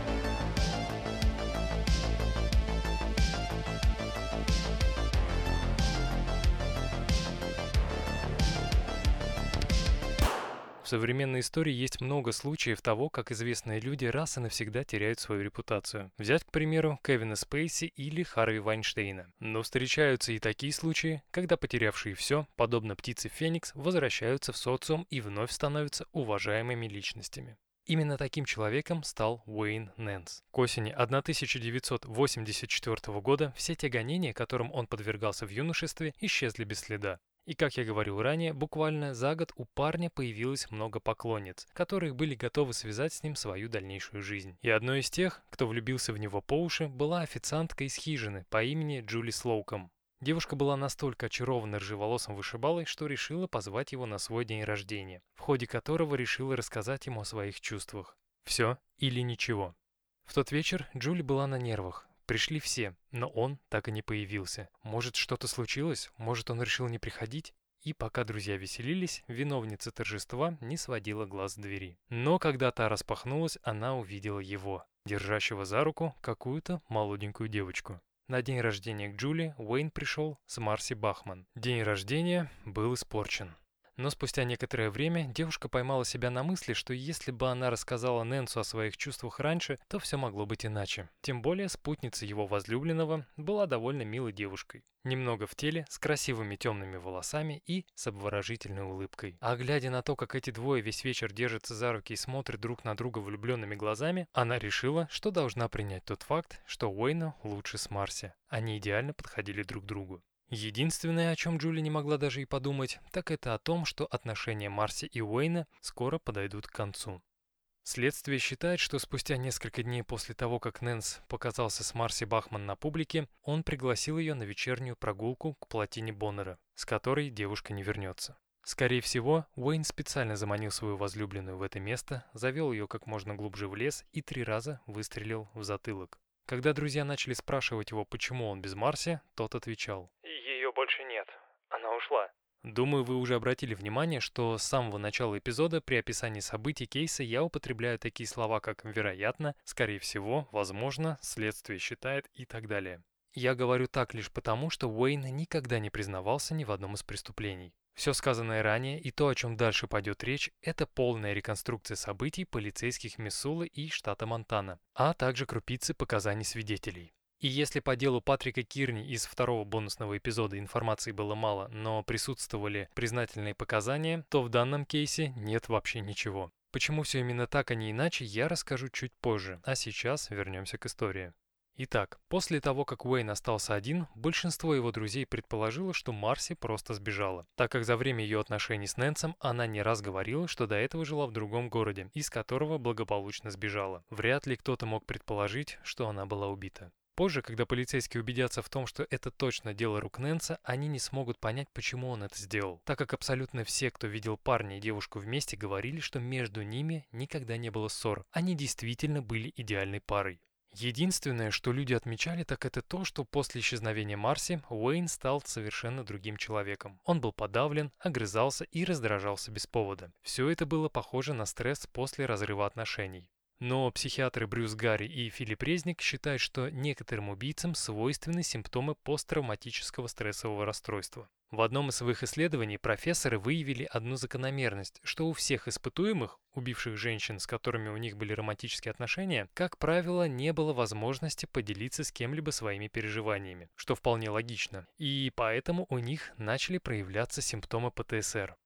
В современной истории есть много случаев того, как известные люди раз и навсегда теряют свою репутацию. Взять, к примеру, Кевина Спейси или Харви Вайнштейна. Но встречаются и такие случаи, когда потерявшие все, подобно птице Феникс, возвращаются в социум и вновь становятся уважаемыми личностями. Именно таким человеком стал Уэйн Нэнс. К осени тысяча девятьсот восемьдесят четвёртого года все те гонения, которым он подвергался в юношестве, исчезли без следа. И, как я говорил ранее, буквально за год у парня появилось много поклонниц, которые были готовы связать с ним свою дальнейшую жизнь. И одной из тех, кто влюбился в него по уши, была официантка из хижины по имени Джули Слоуком. Девушка была настолько очарована рыжеволосым вышибалой, что решила позвать его на свой день рождения, в ходе которого решила рассказать ему о своих чувствах. Все или ничего. В тот вечер Джули была на нервах. Пришли все, но он так и не появился. Может, что-то случилось? Может, он решил не приходить? И пока друзья веселились, виновница торжества не сводила глаз с двери. Но когда та распахнулась, она увидела его, держащего за руку какую-то молоденькую девочку. На день рождения к Джули Уэйн пришел с Марси Бахман. День рождения был испорчен. Но спустя некоторое время девушка поймала себя на мысли, что если бы она рассказала Нэнсу о своих чувствах раньше, то все могло быть иначе. Тем более спутница его возлюбленного была довольно милой девушкой. Немного в теле, с красивыми темными волосами и с обворожительной улыбкой. А глядя на то, как эти двое весь вечер держатся за руки и смотрят друг на друга влюбленными глазами, она решила, что должна принять тот факт, что Уэйну лучше с Марси. Они идеально подходили друг другу. Единственное, о чем Джули не могла даже и подумать, так это о том, что отношения Марси и Уэйна скоро подойдут к концу. Следствие считает, что спустя несколько дней после того, как Нэнс показался с Марси Бахман на публике, он пригласил ее на вечернюю прогулку к плотине Боннера, с которой девушка не вернется. Скорее всего, Уэйн специально заманил свою возлюбленную в это место, завел ее как можно глубже в лес и три раза выстрелил в затылок. Когда друзья начали спрашивать его, почему он без Марси, тот отвечал: Ее больше нет. Она ушла. Думаю, вы уже обратили внимание, что с самого начала эпизода при описании событий кейса я употребляю такие слова, как «вероятно», «скорее всего», «возможно», «следствие считает» и так далее. Я говорю так лишь потому, что Уэйн никогда не признавался ни в одном из преступлений. Все сказанное ранее и то, о чем дальше пойдет речь, это полная реконструкция событий полицейских Миссулы и штата Монтана, а также крупицы показаний свидетелей. И если по делу Патрика Кирни из второго бонусного эпизода информации было мало, но присутствовали признательные показания, то в данном кейсе нет вообще ничего. Почему все именно так, а не иначе, я расскажу чуть позже, а сейчас вернемся к истории. Итак, после того, как Уэйн остался один, большинство его друзей предположило, что Марси просто сбежала, так как за время ее отношений с Нэнсом она не раз говорила, что до этого жила в другом городе, из которого благополучно сбежала. Вряд ли кто-то мог предположить, что она была убита. Позже, когда полицейские убедятся в том, что это точно дело рук Нэнса, они не смогут понять, почему он это сделал, так как абсолютно все, кто видел парня и девушку вместе, говорили, что между ними никогда не было ссор. Они действительно были идеальной парой. Единственное, что люди отмечали, так это то, что после исчезновения Марси Уэйн стал совершенно другим человеком. Он был подавлен, огрызался и раздражался без повода. Все это было похоже на стресс после разрыва отношений. Но психиатры Брюс Гарри и Филипп Резник считают, что некоторым убийцам свойственны симптомы посттравматического стрессового расстройства. В одном из своих исследований профессоры выявили одну закономерность, что у всех испытуемых, убивших женщин, с которыми у них были романтические отношения, как правило, не было возможности поделиться с кем-либо своими переживаниями, что вполне логично. И поэтому у них начали проявляться симптомы Пэ Тэ Эс Эр.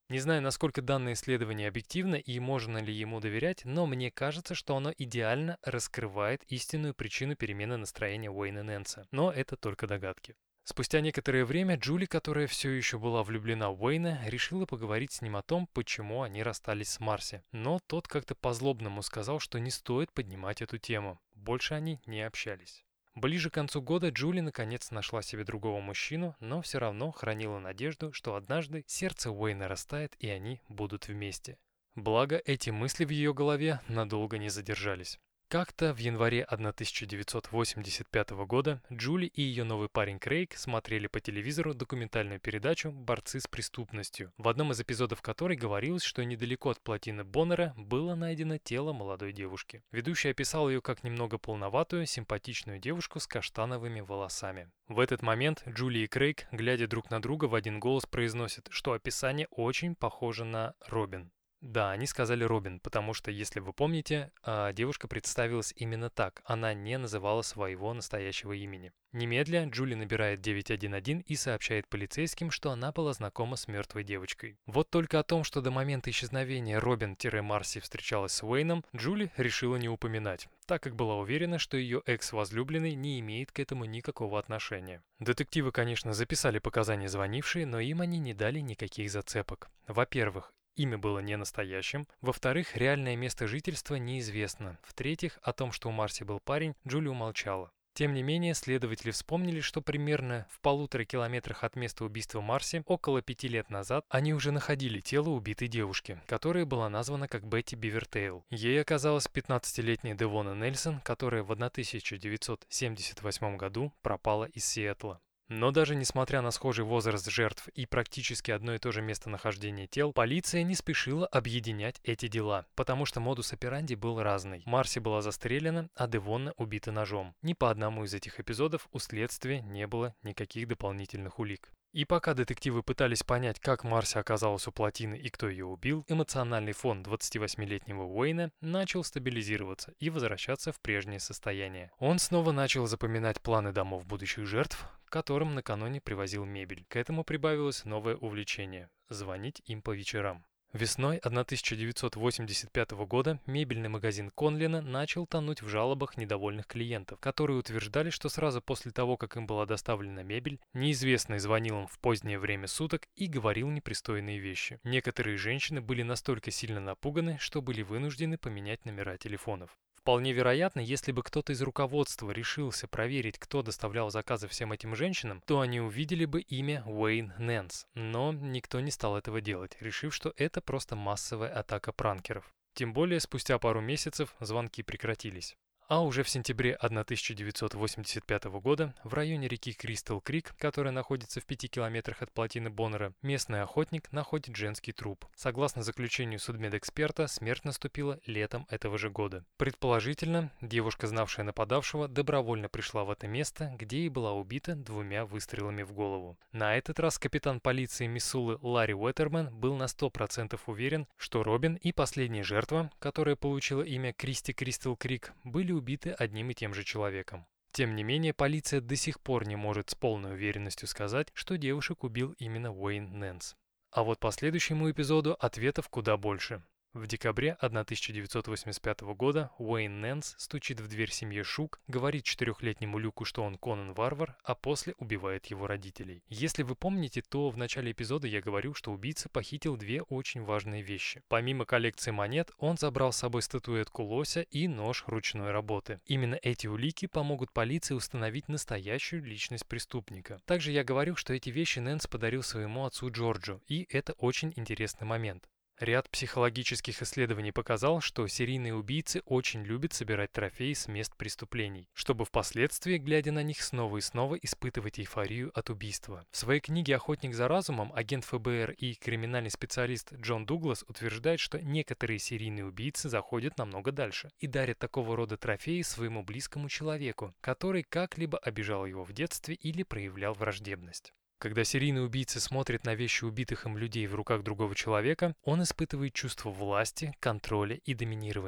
Не знаю, насколько данное исследование объективно и можно ли ему доверять, но мне кажется, что оно идеально раскрывает истинную причину перемены настроения Уэйна Нэнса. Но это только догадки. Спустя некоторое время Джули, которая все еще была влюблена в Уэйна, решила поговорить с ним о том, почему они расстались с Марси. Но тот как-то по-злобному сказал, что не стоит поднимать эту тему. Больше они не общались. Ближе к концу года Джули наконец нашла себе другого мужчину, но все равно хранила надежду, что однажды сердце Уэйна растает и они будут вместе. Благо, эти мысли в ее голове надолго не задержались. Как-то в январе тысяча девятьсот восемьдесят пятого года Джули и ее новый парень Крейг смотрели по телевизору документальную передачу «Борцы с преступностью», в одном из эпизодов которой говорилось, что недалеко от плотины Боннера было найдено тело молодой девушки. Ведущий описал ее как немного полноватую, симпатичную девушку с каштановыми волосами. В этот момент Джули и Крейг, глядя друг на друга, в один голос произносят, что описание очень похоже на Робин. Да, они сказали Робин, потому что, если вы помните, девушка представилась именно так, она не называла своего настоящего имени. Немедля Джули набирает девять один один и сообщает полицейским, что она была знакома с мертвой девочкой. Вот только о том, что до момента исчезновения Робин-Марси встречалась с Уэйном, Джули решила не упоминать, так как была уверена, что ее экс-возлюбленный не имеет к этому никакого отношения. Детективы, конечно, записали показания звонившей, но им они не дали никаких зацепок. Во-первых, имя было не настоящим. Во-вторых, реальное место жительства неизвестно. В-третьих, о том, что у Марси был парень, Джули умолчала. Тем не менее, следователи вспомнили, что примерно в полутора километрах от места убийства Марси, около пяти лет назад, они уже находили тело убитой девушки, которая была названа как Бетти Бивертейл. Ей оказалась пятнадцатилетняя Девона Нельсон, которая в тысяча девятьсот семьдесят восьмом году пропала из Сиэтла. Но даже несмотря на схожий возраст жертв и практически одно и то же местонахождение тел, полиция не спешила объединять эти дела, потому что модус операнди был разный. Марси была застрелена, а Девонна убита ножом. Ни по одному из этих эпизодов у следствия не было никаких дополнительных улик. И пока детективы пытались понять, как Марси оказалась у плотины и кто ее убил, эмоциональный фон двадцативосьмилетнего Уэйна начал стабилизироваться и возвращаться в прежнее состояние. Он снова начал запоминать планы домов будущих жертв, к которым накануне привозил мебель. К этому прибавилось новое увлечение – звонить им по вечерам. Весной тысяча девятьсот восемьдесят пятого года мебельный магазин Конлина начал тонуть в жалобах недовольных клиентов, которые утверждали, что сразу после того, как им была доставлена мебель, неизвестный звонил им в позднее время суток и говорил непристойные вещи. Некоторые женщины были настолько сильно напуганы, что были вынуждены поменять номера телефонов. Вполне вероятно, если бы кто-то из руководства решился проверить, кто доставлял заказы всем этим женщинам, то они увидели бы имя Уэйн Нэнс. Но никто не стал этого делать, решив, что это просто массовая атака пранкеров. Тем более, спустя пару месяцев звонки прекратились. А уже в сентябре тысяча девятьсот восемьдесят пятого года в районе реки Кристал Крик, которая находится в пяти километрах от плотины Боннера, местный охотник находит женский труп. Согласно заключению судмедэксперта, смерть наступила летом этого же года. Предположительно, девушка, знавшая нападавшего, добровольно пришла в это место, где и была убита двумя выстрелами в голову. На этот раз капитан полиции Миссулы Ларри Уэттерман был на сто процентов уверен, что Робин и последняя жертва, которая получила имя Кристи Кристал Крик, были убиты одним и тем же человеком. Тем не менее, полиция до сих пор не может с полной уверенностью сказать, что девушек убил именно Уэйн Нэнс. А вот по следующему эпизоду ответов куда больше. В декабре тысяча девятьсот восемьдесят пятого года Уэйн Нэнс стучит в дверь семьи Шук, говорит четырехлетнему Люку, что он Конан Варвар, а после убивает его родителей. Если вы помните, то в начале эпизода я говорил, что убийца похитил две очень важные вещи. Помимо коллекции монет, он забрал с собой статуэтку лося и нож ручной работы. Именно эти улики помогут полиции установить настоящую личность преступника. Также я говорил, что эти вещи Нэнс подарил своему отцу Джорджу, и это очень интересный момент. Ряд психологических исследований показал, что серийные убийцы очень любят собирать трофеи с мест преступлений, чтобы впоследствии, глядя на них, снова и снова испытывать эйфорию от убийства. В своей книге «Охотник за разумом» агент эф бэ эр и криминальный специалист Джон Дуглас утверждает, что некоторые серийные убийцы заходят намного дальше и дарят такого рода трофеи своему близкому человеку, который как-либо обижал его в детстве или проявлял враждебность. Когда серийный убийца смотрит на вещи убитых им людей в руках другого человека, он испытывает чувство власти, контроля и доминирования.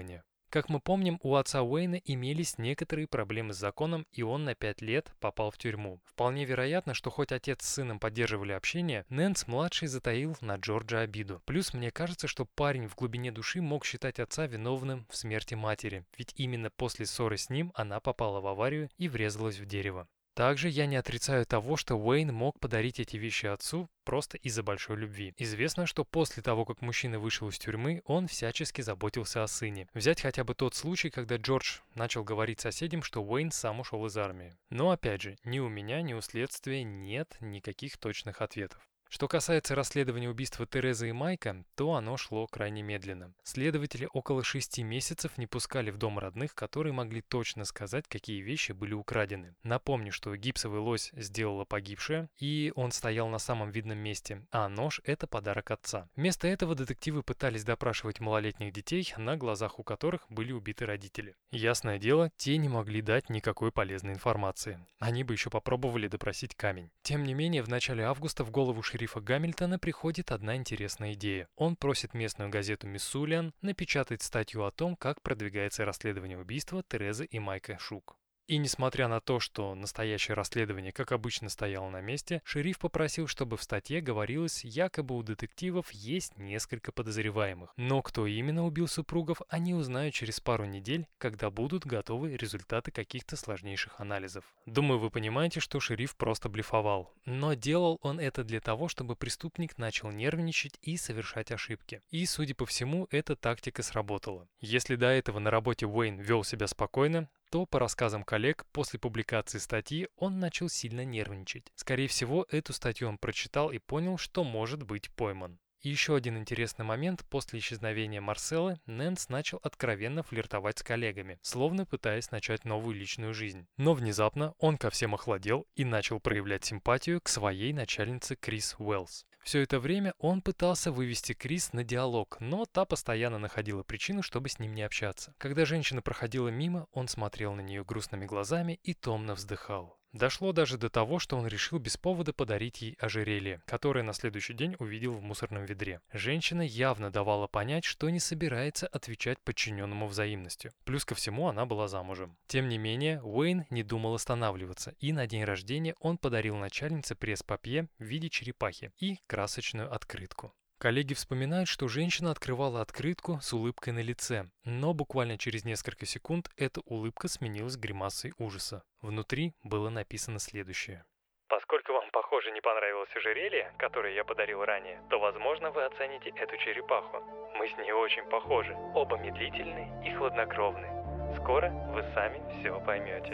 Как мы помним, у отца Уэйна имелись некоторые проблемы с законом, и он на пять лет попал в тюрьму. Вполне вероятно, что хоть отец с сыном поддерживали общение, Нэнс-младший затаил на Джорджа обиду. Плюс мне кажется, что парень в глубине души мог считать отца виновным в смерти матери, ведь именно после ссоры с ним она попала в аварию и врезалась в дерево. Также я не отрицаю того, что Уэйн мог подарить эти вещи отцу просто из-за большой любви. Известно, что после того, как мужчина вышел из тюрьмы, он всячески заботился о сыне. Взять хотя бы тот случай, когда Джордж начал говорить соседям, что Уэйн сам ушел из армии. Но опять же, ни у меня, ни у следствия нет никаких точных ответов. Что касается расследования убийства Терезы и Майка, то оно шло крайне медленно. Следователи около шести месяцев не пускали в дом родных, которые могли точно сказать, какие вещи были украдены. Напомню, что гипсовый лось сделала погибшая, и он стоял на самом видном месте, а нож – это подарок отца. Вместо этого детективы пытались допрашивать малолетних детей, на глазах у которых были убиты родители. Ясное дело, те не могли дать никакой полезной информации. Они бы еще попробовали допросить камень. Тем не менее, в начале августа в голову шерифа шерифа Гамильтона приходит одна интересная идея. Он просит местную газету «Миссулиан» напечатать статью о том, как продвигается расследование убийства Терезы и Майка Шук. И несмотря на то, что настоящее расследование, как обычно, стояло на месте, шериф попросил, чтобы в статье говорилось, якобы у детективов есть несколько подозреваемых. Но кто именно убил супругов, они узнают через пару недель, когда будут готовы результаты каких-то сложнейших анализов. Думаю, вы понимаете, что шериф просто блефовал. Но делал он это для того, чтобы преступник начал нервничать и совершать ошибки. И, судя по всему, эта тактика сработала. Если до этого на работе Уэйн вел себя спокойно, то, по рассказам коллег, после публикации статьи он начал сильно нервничать. Скорее всего, эту статью он прочитал и понял, что может быть пойман. И еще один интересный момент. После исчезновения Марселы Нэнс начал откровенно флиртовать с коллегами, словно пытаясь начать новую личную жизнь. Но внезапно он ко всем охладел и начал проявлять симпатию к своей начальнице Крис Уэллс. Все это время он пытался вывести Крис на диалог, но та постоянно находила причину, чтобы с ним не общаться. Когда женщина проходила мимо, он смотрел на нее грустными глазами и томно вздыхал. Дошло даже до того, что он решил без повода подарить ей ожерелье, которое на следующий день увидел в мусорном ведре. Женщина явно давала понять, что не собирается отвечать подчиненному взаимностью. Плюс ко всему она была замужем. Тем не менее, Уэйн не думал останавливаться, и на день рождения он подарил начальнице пресс-папье в виде черепахи и красочную открытку. Коллеги вспоминают, что женщина открывала открытку с улыбкой на лице, но буквально через несколько секунд эта улыбка сменилась гримасой ужаса. Внутри было написано следующее. Поскольку вам, похоже, не понравилось ожерелье, которое я подарил ранее, то, возможно, вы оцените эту черепаху. Мы с ней очень похожи, оба медлительны и хладнокровны. Скоро вы сами все поймете.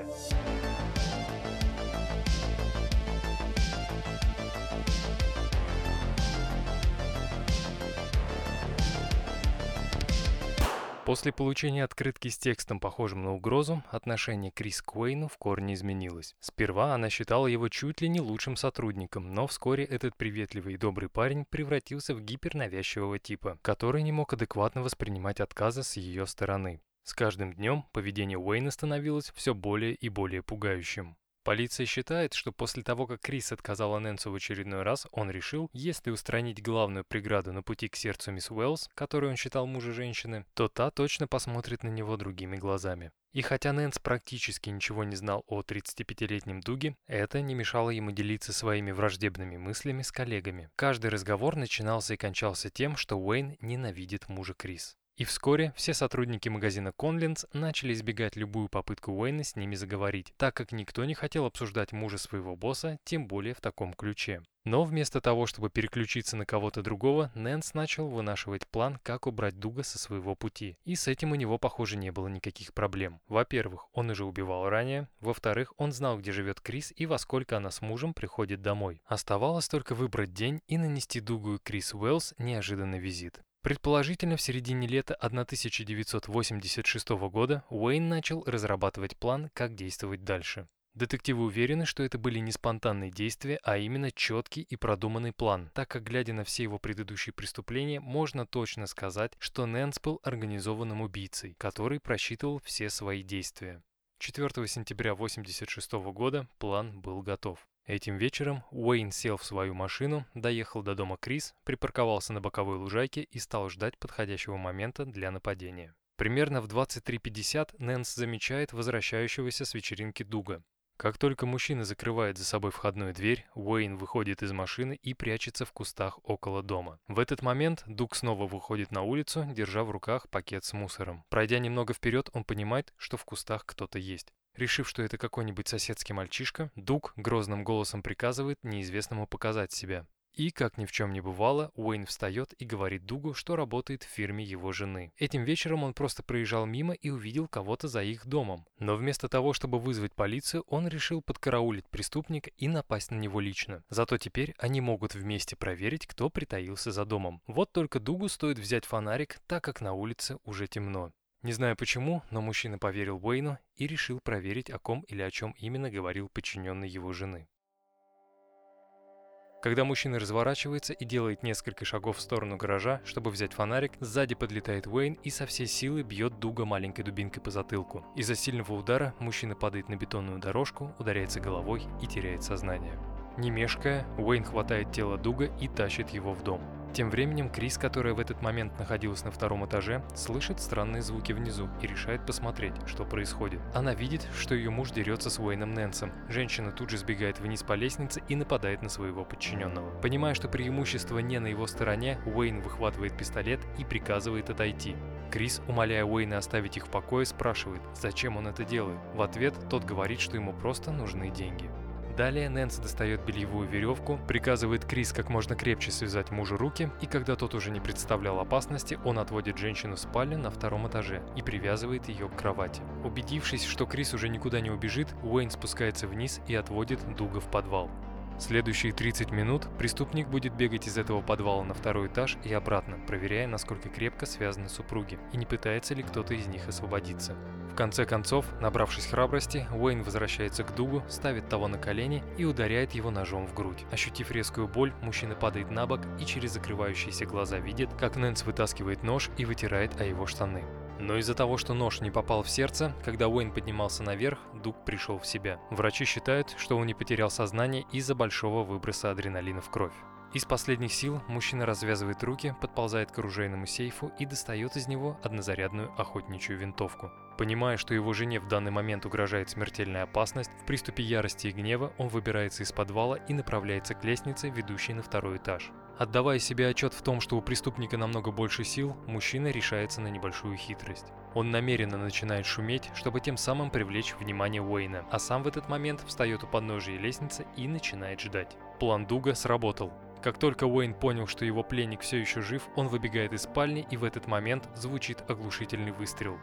После получения открытки с текстом, похожим на угрозу, отношение Крис к Уэйну в корне изменилось. Сперва она считала его чуть ли не лучшим сотрудником, но вскоре этот приветливый и добрый парень превратился в гипернавязчивого типа, который не мог адекватно воспринимать отказы с ее стороны. С каждым днем поведение Уэйна становилось все более и более пугающим. Полиция считает, что после того, как Крис отказала Нэнсу в очередной раз, он решил, если устранить главную преграду на пути к сердцу мисс Уэллс, которую он считал мужа женщины, то та точно посмотрит на него другими глазами. И хотя Нэнс практически ничего не знал о тридцатипятилетнем Дуге, это не мешало ему делиться своими враждебными мыслями с коллегами. Каждый разговор начинался и кончался тем, что Уэйн ненавидит мужа Крис. И вскоре все сотрудники магазина Конлинс начали избегать любую попытку Уэйна с ними заговорить, так как никто не хотел обсуждать мужа своего босса, тем более в таком ключе. Но вместо того, чтобы переключиться на кого-то другого, Нэнс начал вынашивать план, как убрать Дуга со своего пути. И с этим у него, похоже, не было никаких проблем. Во-первых, он уже убивал ранее. Во-вторых, он знал, где живет Крис и во сколько она с мужем приходит домой. Оставалось только выбрать день и нанести Дугу и Крис Уэллс неожиданный визит. Предположительно, в середине лета тысяча девятьсот восемьдесят шестого года Уэйн начал разрабатывать план, как действовать дальше. Детективы уверены, что это были не спонтанные действия, а именно четкий и продуманный план, так как, глядя на все его предыдущие преступления, можно точно сказать, что Нэнс был организованным убийцей, который просчитывал все свои действия. четвёртого сентября восемьдесят шестого года план был готов. Этим вечером Уэйн сел в свою машину, доехал до дома Крис, припарковался на боковой лужайке и стал ждать подходящего момента для нападения. Примерно в двадцать три пятьдесят Нэнс замечает возвращающегося с вечеринки Дуга. Как только мужчина закрывает за собой входную дверь, Уэйн выходит из машины и прячется в кустах около дома. В этот момент Дуг снова выходит на улицу, держа в руках пакет с мусором. Пройдя немного вперед, он понимает, что в кустах кто-то есть. Решив, что это какой-нибудь соседский мальчишка, Дуг грозным голосом приказывает неизвестному показать себя. И, как ни в чем не бывало, Уэйн встает и говорит Дугу, что работает в фирме его жены. Этим вечером он просто проезжал мимо и увидел кого-то за их домом. Но вместо того, чтобы вызвать полицию, он решил подкараулить преступника и напасть на него лично. Зато теперь они могут вместе проверить, кто притаился за домом. Вот только Дугу стоит взять фонарик, так как на улице уже темно. Не знаю почему, но мужчина поверил Уэйну и решил проверить, о ком или о чем именно говорил подчиненный его жены. Когда мужчина разворачивается и делает несколько шагов в сторону гаража, чтобы взять фонарик, сзади подлетает Уэйн и со всей силы бьет Дуга маленькой дубинкой по затылку. Из-за сильного удара мужчина падает на бетонную дорожку, ударяется головой и теряет сознание. Не мешкая, Уэйн хватает тело Дуга и тащит его в дом. Тем временем Крис, которая в этот момент находилась на втором этаже, слышит странные звуки внизу и решает посмотреть, что происходит. Она видит, что ее муж дерется с Уэйном Нэнсом. Женщина тут же сбегает вниз по лестнице и нападает на своего подчиненного. Понимая, что преимущество не на его стороне, Уэйн выхватывает пистолет и приказывает отойти. Крис, умоляя Уэйна оставить их в покое, спрашивает, зачем он это делает. В ответ тот говорит, что ему просто нужны деньги. Далее Нэнс достает бельевую веревку, приказывает Крис как можно крепче связать мужу руки, и когда тот уже не представлял опасности, он отводит женщину в спальню на втором этаже и привязывает ее к кровати. Убедившись, что Крис уже никуда не убежит, Уэйн спускается вниз и отводит Дуга в подвал. Следующие тридцать минут преступник будет бегать из этого подвала на второй этаж и обратно, проверяя, насколько крепко связаны супруги, и не пытается ли кто-то из них освободиться. В конце концов, набравшись храбрости, Уэйн возвращается к Дугу, ставит того на колени и ударяет его ножом в грудь. Ощутив резкую боль, мужчина падает на бок и через закрывающиеся глаза видит, как Нэнс вытаскивает нож и вытирает о его штаны. Но из-за того, что нож не попал в сердце, когда Уэйн поднимался наверх, Дуг пришел в себя. Врачи считают, что он не потерял сознание из-за большого выброса адреналина в кровь. Из последних сил мужчина развязывает руки, подползает к оружейному сейфу и достает из него однозарядную охотничью винтовку. Понимая, что его жене в данный момент угрожает смертельная опасность, в приступе ярости и гнева он выбирается из подвала и направляется к лестнице, ведущей на второй этаж. Отдавая себе отчет в том, что у преступника намного больше сил, мужчина решается на небольшую хитрость. Он намеренно начинает шуметь, чтобы тем самым привлечь внимание Уэйна, а сам в этот момент встает у подножия лестницы и начинает ждать. План Дуга сработал. Как только Уэйн понял, что его пленник все еще жив, он выбегает из спальни, и в этот момент звучит оглушительный выстрел.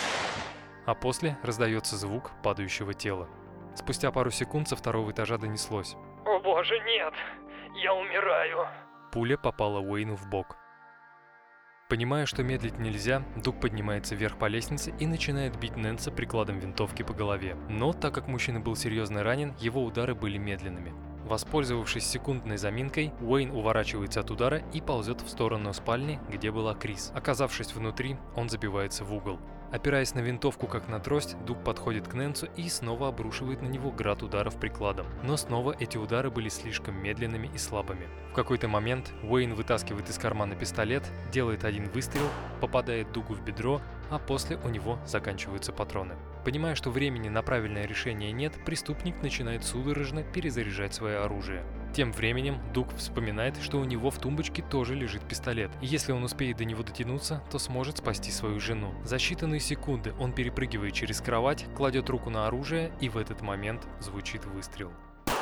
А после раздается звук падающего тела. Спустя пару секунд со второго этажа донеслось: «О боже, нет! Я умираю!» Пуля попала Уэйну в бок. Понимая, что медлить нельзя, Дуг поднимается вверх по лестнице и начинает бить Нэнса прикладом винтовки по голове. Но так как мужчина был серьезно ранен, его удары были медленными. Воспользовавшись секундной заминкой, Уэйн уворачивается от удара и ползет в сторону спальни, где была Крис. Оказавшись внутри, он забивается в угол. Опираясь на винтовку как на трость, Дуг подходит к Нэнсу и снова обрушивает на него град ударов прикладом. Но снова эти удары были слишком медленными и слабыми. В какой-то момент Уэйн вытаскивает из кармана пистолет, делает один выстрел, попадает Дугу в бедро, а после у него заканчиваются патроны. Понимая, что времени на правильное решение нет, преступник начинает судорожно перезаряжать свое оружие. Тем временем Дуг вспоминает, что у него в тумбочке тоже лежит пистолет, и если он успеет до него дотянуться, то сможет спасти свою жену. За считанные секунды он перепрыгивает через кровать, кладет руку на оружие, и в этот момент звучит выстрел.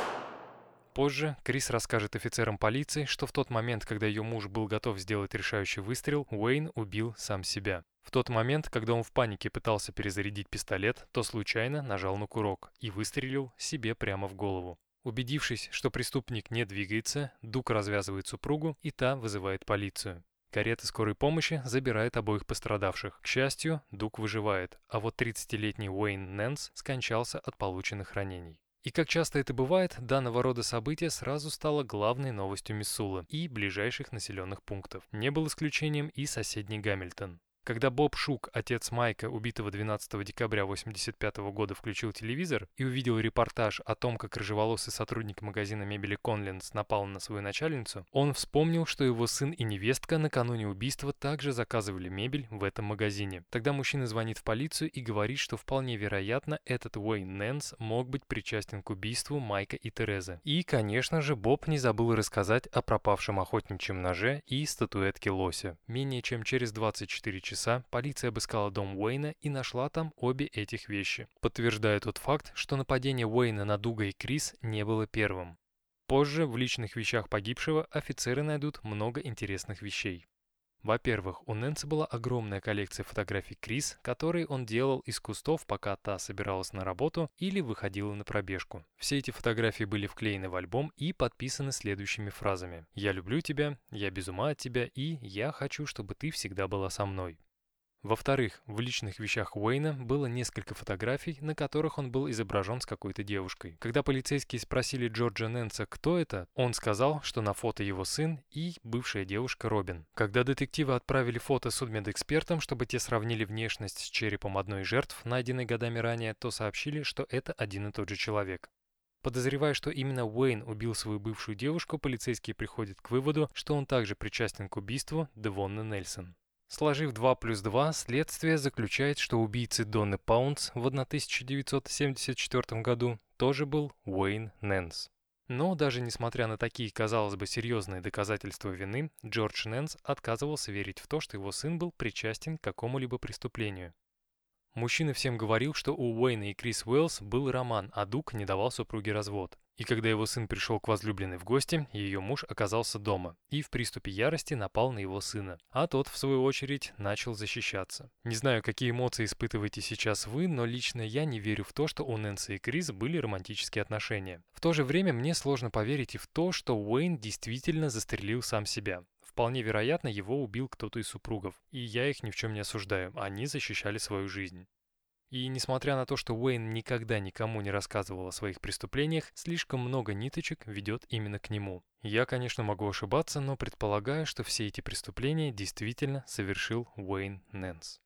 Позже Крис расскажет офицерам полиции, что в тот момент, когда ее муж был готов сделать решающий выстрел, Уэйн убил сам себя. В тот момент, когда он в панике пытался перезарядить пистолет, то случайно нажал на курок и выстрелил себе прямо в голову. Убедившись, что преступник не двигается, Дуг развязывает супругу, и та вызывает полицию. Карета скорой помощи забирает обоих пострадавших. К счастью, Дуг выживает, а вот тридцатилетний Уэйн Нэнс скончался от полученных ранений. И как часто это бывает, данного рода событие сразу стало главной новостью Миссулы и ближайших населенных пунктов. Не был исключением и соседний Гамильтон. Когда Боб Шук, отец Майка, убитого двенадцатого декабря восемьдесят пятого года, включил телевизор и увидел репортаж о том, как рыжеволосый сотрудник магазина мебели Конлинс напал на свою начальницу, он вспомнил, что его сын и невестка накануне убийства также заказывали мебель в этом магазине. Тогда мужчина звонит в полицию и говорит, что вполне вероятно, этот Уэйн Нэнс мог быть причастен к убийству Майка и Терезы. И, конечно же, Боб не забыл рассказать о пропавшем охотничьем ноже и статуэтке лося. Менее чем через двадцать четыре часа полиция обыскала дом Уэйна и нашла там обе этих вещи, подтверждая тот факт, что нападение Уэйна на Дуга и Крис не было первым. Позже в личных вещах погибшего офицеры найдут много интересных вещей. Во-первых, у Нэнса была огромная коллекция фотографий Крис, которые он делал из кустов, пока та собиралась на работу или выходила на пробежку. Все эти фотографии были вклеены в альбом и подписаны следующими фразами: «Я люблю тебя», «Я без ума от тебя» и «Я хочу, чтобы ты всегда была со мной». Во-вторых, в личных вещах Уэйна было несколько фотографий, на которых он был изображен с какой-то девушкой. Когда полицейские спросили Джорджа Нэнса, кто это, он сказал, что на фото его сын и бывшая девушка Робин. Когда детективы отправили фото судмедэкспертам, чтобы те сравнили внешность с черепом одной из жертв, найденной годами ранее, то сообщили, что это один и тот же человек. Подозревая, что именно Уэйн убил свою бывшую девушку, полицейские приходят к выводу, что он также причастен к убийству Девонны Нельсон. Сложив два плюс два, следствие заключает, что убийцей Донны Паундс в тысяча девятьсот семьдесят четвёртом году тоже был Уэйн Нэнс. Но даже несмотря на такие, казалось бы, серьезные доказательства вины, Джордж Нэнс отказывался верить в то, что его сын был причастен к какому-либо преступлению. Мужчина всем говорил, что у Уэйна и Крис Уэллс был роман, а Дуг не давал супруге развод. И когда его сын пришел к возлюбленной в гости, ее муж оказался дома и в приступе ярости напал на его сына. А тот, в свою очередь, начал защищаться. Не знаю, какие эмоции испытываете сейчас вы, но лично я не верю в то, что у Нэнси и Крис были романтические отношения. В то же время мне сложно поверить и в то, что Уэйн действительно застрелил сам себя. Вполне вероятно, его убил кто-то из супругов. И я их ни в чем не осуждаю, они защищали свою жизнь. И несмотря на то, что Уэйн никогда никому не рассказывал о своих преступлениях, слишком много ниточек ведет именно к нему. Я, конечно, могу ошибаться, но предполагаю, что все эти преступления действительно совершил Уэйн Нэнс.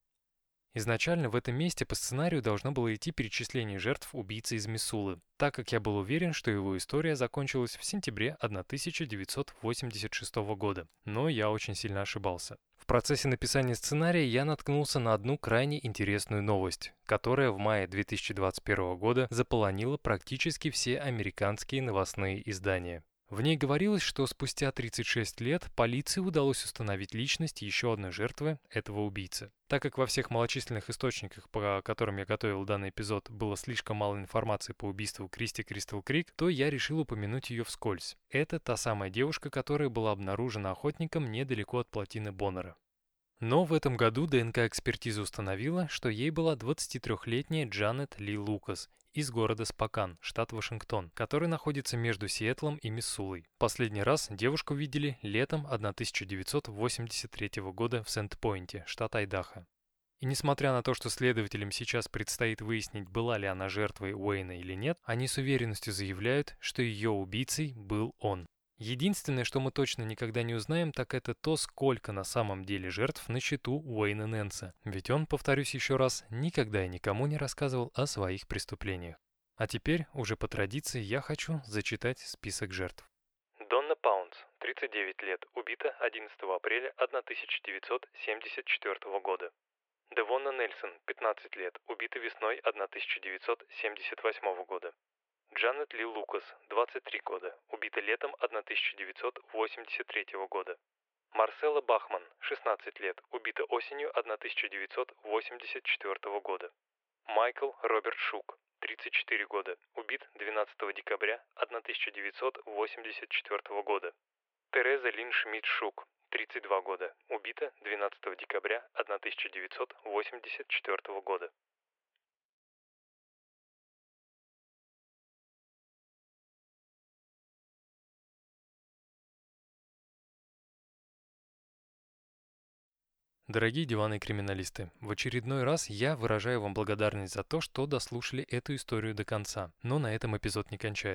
Изначально в этом месте по сценарию должно было идти перечисление жертв убийцы из Миссулы, так как я был уверен, что его история закончилась в сентябре тысяча девятьсот восемьдесят шестого года, но я очень сильно ошибался. В процессе написания сценария я наткнулся на одну крайне интересную новость, которая в мае две тысячи двадцать первого года заполонила практически все американские новостные издания. В ней говорилось, что спустя тридцать шесть лет полиции удалось установить личность еще одной жертвы этого убийцы. Так как во всех малочисленных источниках, по которым я готовил данный эпизод, было слишком мало информации по убийству Кристи Кристал Крик, то я решил упомянуть ее вскользь. Это та самая девушка, которая была обнаружена охотником недалеко от плотины Боннера. Но в этом году ДНК-экспертиза установила, что ей была двадцатитрёхлетняя Джанет Ли Лукас из города Спокан, штат Вашингтон, который находится между Сиэтлом и Миссулой. Последний раз девушку видели летом тысяча девятьсот восемьдесят третьего года в Сент-Пойнте, штат Айдахо. И несмотря на то, что следователям сейчас предстоит выяснить, была ли она жертвой Уэйна или нет, они с уверенностью заявляют, что ее убийцей был он. Единственное, что мы точно никогда не узнаем, так это то, сколько на самом деле жертв на счету Уэйна Нэнса. Ведь он, повторюсь еще раз, никогда и никому не рассказывал о своих преступлениях. А теперь, уже по традиции, я хочу зачитать список жертв. Донна Паундс, тридцать девять лет, убита одиннадцатого апреля тысяча девятьсот семьдесят четвёртого года. Девонна Нельсон, пятнадцать лет, убита весной тысяча девятьсот семьдесят восьмого года. Джанет Ли Лукас, двадцать три года, убита летом тысяча девятьсот восемьдесят третьего года. Марселла Бахман, шестнадцать лет, убита осенью тысяча девятьсот восемьдесят четвёртого года. Майкл Роберт Шук, тридцать четыре года, убит двенадцатого декабря тысяча девятьсот восемьдесят четвёртого года. Тереза Лин Шмидт Шук, тридцать два года, убита двенадцатого декабря тысяча девятьсот восемьдесят четвёртого года. Дорогие диванные криминалисты, в очередной раз я выражаю вам благодарность за то, что дослушали эту историю до конца. Но на этом эпизод не кончается.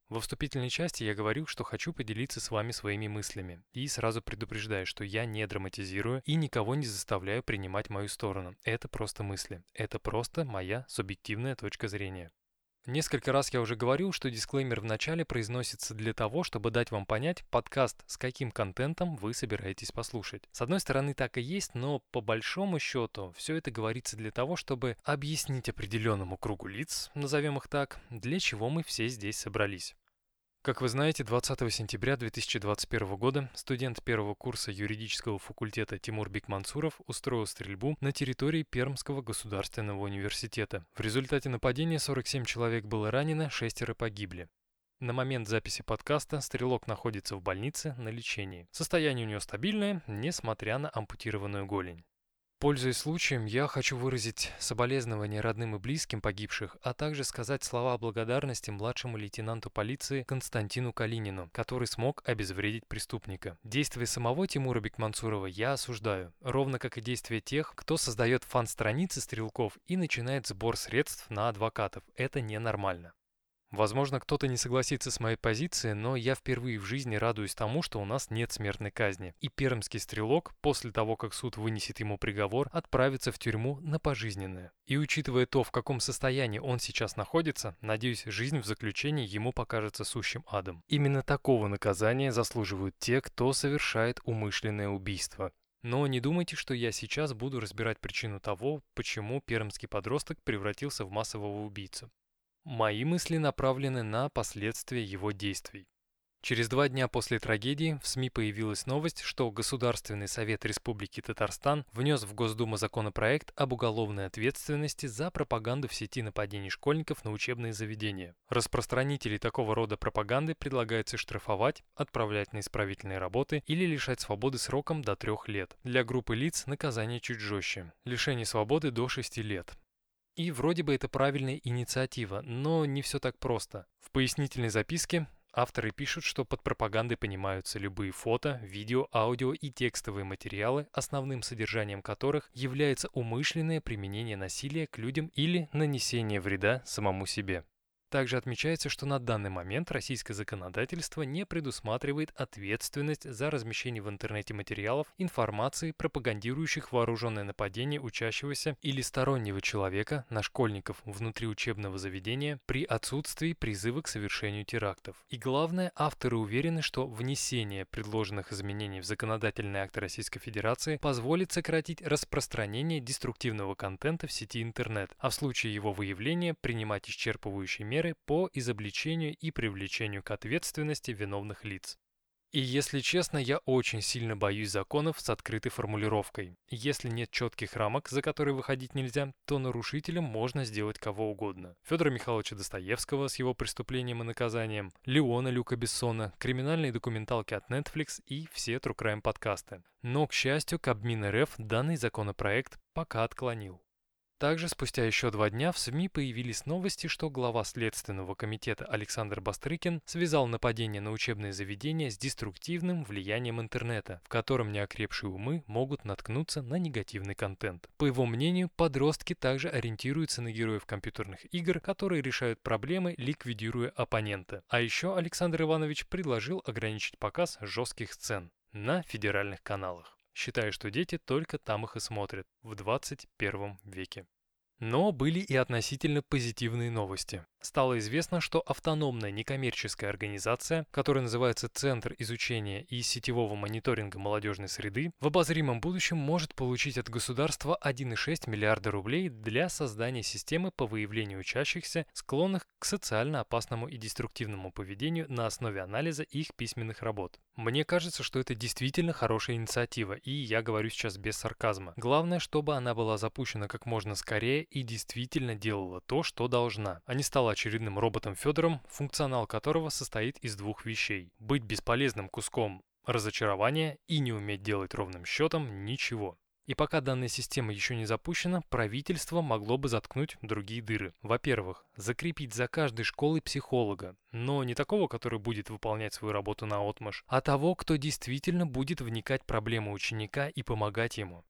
Во вступительной части я говорил, что хочу поделиться с вами своими мыслями. И сразу предупреждаю, что я не драматизирую и никого не заставляю принимать мою сторону. Это просто мысли. Это просто моя субъективная точка зрения. Несколько раз я уже говорил, что дисклеймер в начале произносится для того, чтобы дать вам понять подкаст, с каким контентом вы собираетесь послушать. С одной стороны так и есть, но по большому счету все это говорится для того, чтобы объяснить определенному кругу лиц, назовем их так, для чего мы все здесь собрались. Как вы знаете, двадцатого сентября две тысячи двадцать первого года студент первого курса юридического факультета Тимур Бекмансуров устроил стрельбу на территории Пермского государственного университета. В результате нападения сорок семь человек было ранено, шестеро погибли. На момент записи подкаста стрелок находится в больнице на лечении. Состояние у него стабильное, несмотря на ампутированную голень. Пользуясь случаем, я хочу выразить соболезнования родным и близким погибших, а также сказать слова благодарности младшему лейтенанту полиции Константину Калинину, который смог обезвредить преступника. Действия самого Тимура Бекмансурова я осуждаю, ровно как и действия тех, кто создает фан-страницы стрелков и начинает сбор средств на адвокатов. Это ненормально. Возможно, кто-то не согласится с моей позицией, но я впервые в жизни радуюсь тому, что у нас нет смертной казни. И пермский стрелок, после того, как суд вынесет ему приговор, отправится в тюрьму на пожизненное. И учитывая то, в каком состоянии он сейчас находится, надеюсь, жизнь в заключении ему покажется сущим адом. Именно такого наказания заслуживают те, кто совершает умышленное убийство. Но не думайте, что я сейчас буду разбирать причину того, почему пермский подросток превратился в массового убийцу. Мои мысли направлены на последствия его действий. Через два дня после трагедии в СМИ появилась новость, что Государственный совет Республики Татарстан внес в Госдуму законопроект об уголовной ответственности за пропаганду в сети нападений школьников на учебные заведения. Распространителей такого рода пропаганды предлагается штрафовать, отправлять на исправительные работы или лишать свободы сроком до трех лет. Для группы лиц наказание чуть жестче – лишение свободы до шести лет. И вроде бы это правильная инициатива, но не все так просто. В пояснительной записке авторы пишут, что под пропагандой понимаются любые фото, видео, аудио и текстовые материалы, основным содержанием которых является умышленное применение насилия к людям или нанесение вреда самому себе. Также отмечается, что на данный момент российское законодательство не предусматривает ответственность за размещение в интернете материалов, информации, пропагандирующих вооруженное нападение учащегося или стороннего человека на школьников внутри учебного заведения при отсутствии призыва к совершению терактов. И главное, авторы уверены, что внесение предложенных изменений в законодательные акты Российской Федерации позволит сократить распространение деструктивного контента в сети интернет, а в случае его выявления принимать исчерпывающие меры по изобличению и привлечению к ответственности виновных лиц. И если честно, я очень сильно боюсь законов с открытой формулировкой. Если нет четких рамок, за которые выходить нельзя, то нарушителем можно сделать кого угодно. Федора Михайловича Достоевского с его преступлением и наказанием, Леона Люка Бессона, криминальные документалки от Netflix и все True Crime подкасты. Но, к счастью, Кабмин РФ данный законопроект пока отклонил. Также спустя еще два дня в СМИ появились новости, что глава Следственного комитета Александр Бастрыкин связал нападение на учебные заведения с деструктивным влиянием интернета, в котором неокрепшие умы могут наткнуться на негативный контент. По его мнению, подростки также ориентируются на героев компьютерных игр, которые решают проблемы, ликвидируя оппонента. А еще Александр Иванович предложил ограничить показ жестких сцен на федеральных каналах, считая, что дети только там их и смотрят в двадцать первом веке. Но были и относительно позитивные новости. Стало известно, что автономная некоммерческая организация, которая называется Центр изучения и сетевого мониторинга молодежной среды, в обозримом будущем может получить от государства один целых шесть десятых миллиарда рублей для создания системы по выявлению учащихся, склонных к социально опасному и деструктивному поведению на основе анализа их письменных работ. Мне кажется, что это действительно хорошая инициатива, и я говорю сейчас без сарказма. Главное, чтобы она была запущена как можно скорее и действительно делала то, что должна, а не стала очередным роботом Федором, функционал которого состоит из двух вещей: быть бесполезным куском разочарования и не уметь делать ровным счетом ничего. И пока данная система еще не запущена, правительство могло бы заткнуть другие дыры. Во-первых, закрепить за каждой школой психолога, но не такого, который будет выполнять свою работу наотмашь, а того, кто действительно будет вникать в проблемы ученика и помогать ему.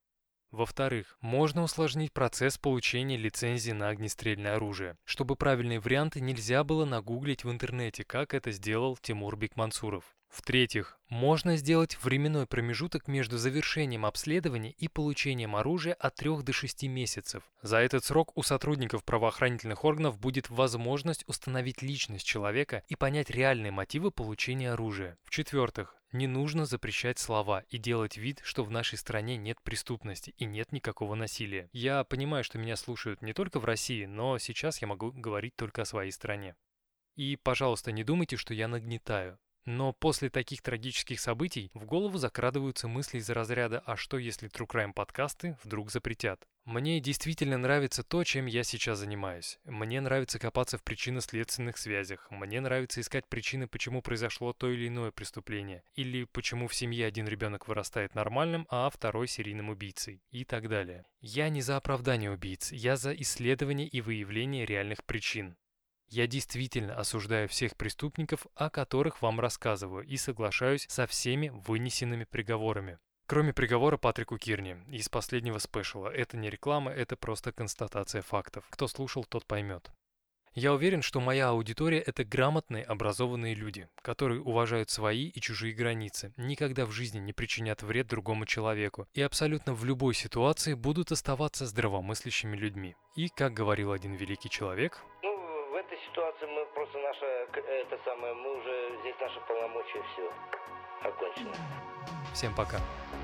Во-вторых, можно усложнить процесс получения лицензии на огнестрельное оружие. Чтобы правильные варианты нельзя было нагуглить в интернете, как это сделал Тимур Бекмансуров. В-третьих, можно сделать временной промежуток между завершением обследования и получением оружия от трёх до шести месяцев. За этот срок у сотрудников правоохранительных органов будет возможность установить личность человека и понять реальные мотивы получения оружия. В-четвертых, не нужно запрещать слова и делать вид, что в нашей стране нет преступности и нет никакого насилия. Я понимаю, что меня слушают не только в России, но сейчас я могу говорить только о своей стране. И, пожалуйста, не думайте, что я нагнетаю. Но после таких трагических событий в голову закрадываются мысли из разряда «а что, если True Crime подкасты вдруг запретят?». Мне действительно нравится то, чем я сейчас занимаюсь. Мне нравится копаться в причинно-следственных связях. Мне нравится искать причины, почему произошло то или иное преступление. Или почему в семье один ребенок вырастает нормальным, а второй серийным убийцей. И так далее. Я не за оправдание убийц, я за исследование и выявление реальных причин. Я действительно осуждаю всех преступников, о которых вам рассказываю, и соглашаюсь со всеми вынесенными приговорами. Кроме приговора Патрику Кирни из последнего спешала. Это не реклама, это просто констатация фактов. Кто слушал, тот поймет. Я уверен, что моя аудитория – это грамотные, образованные люди, которые уважают свои и чужие границы, никогда в жизни не причинят вред другому человеку и абсолютно в любой ситуации будут оставаться здравомыслящими людьми. И, как говорил один великий человек... В этой ситуации мы просто наша, это самое, мы уже, здесь наши полномочия, все окончено. Всем пока.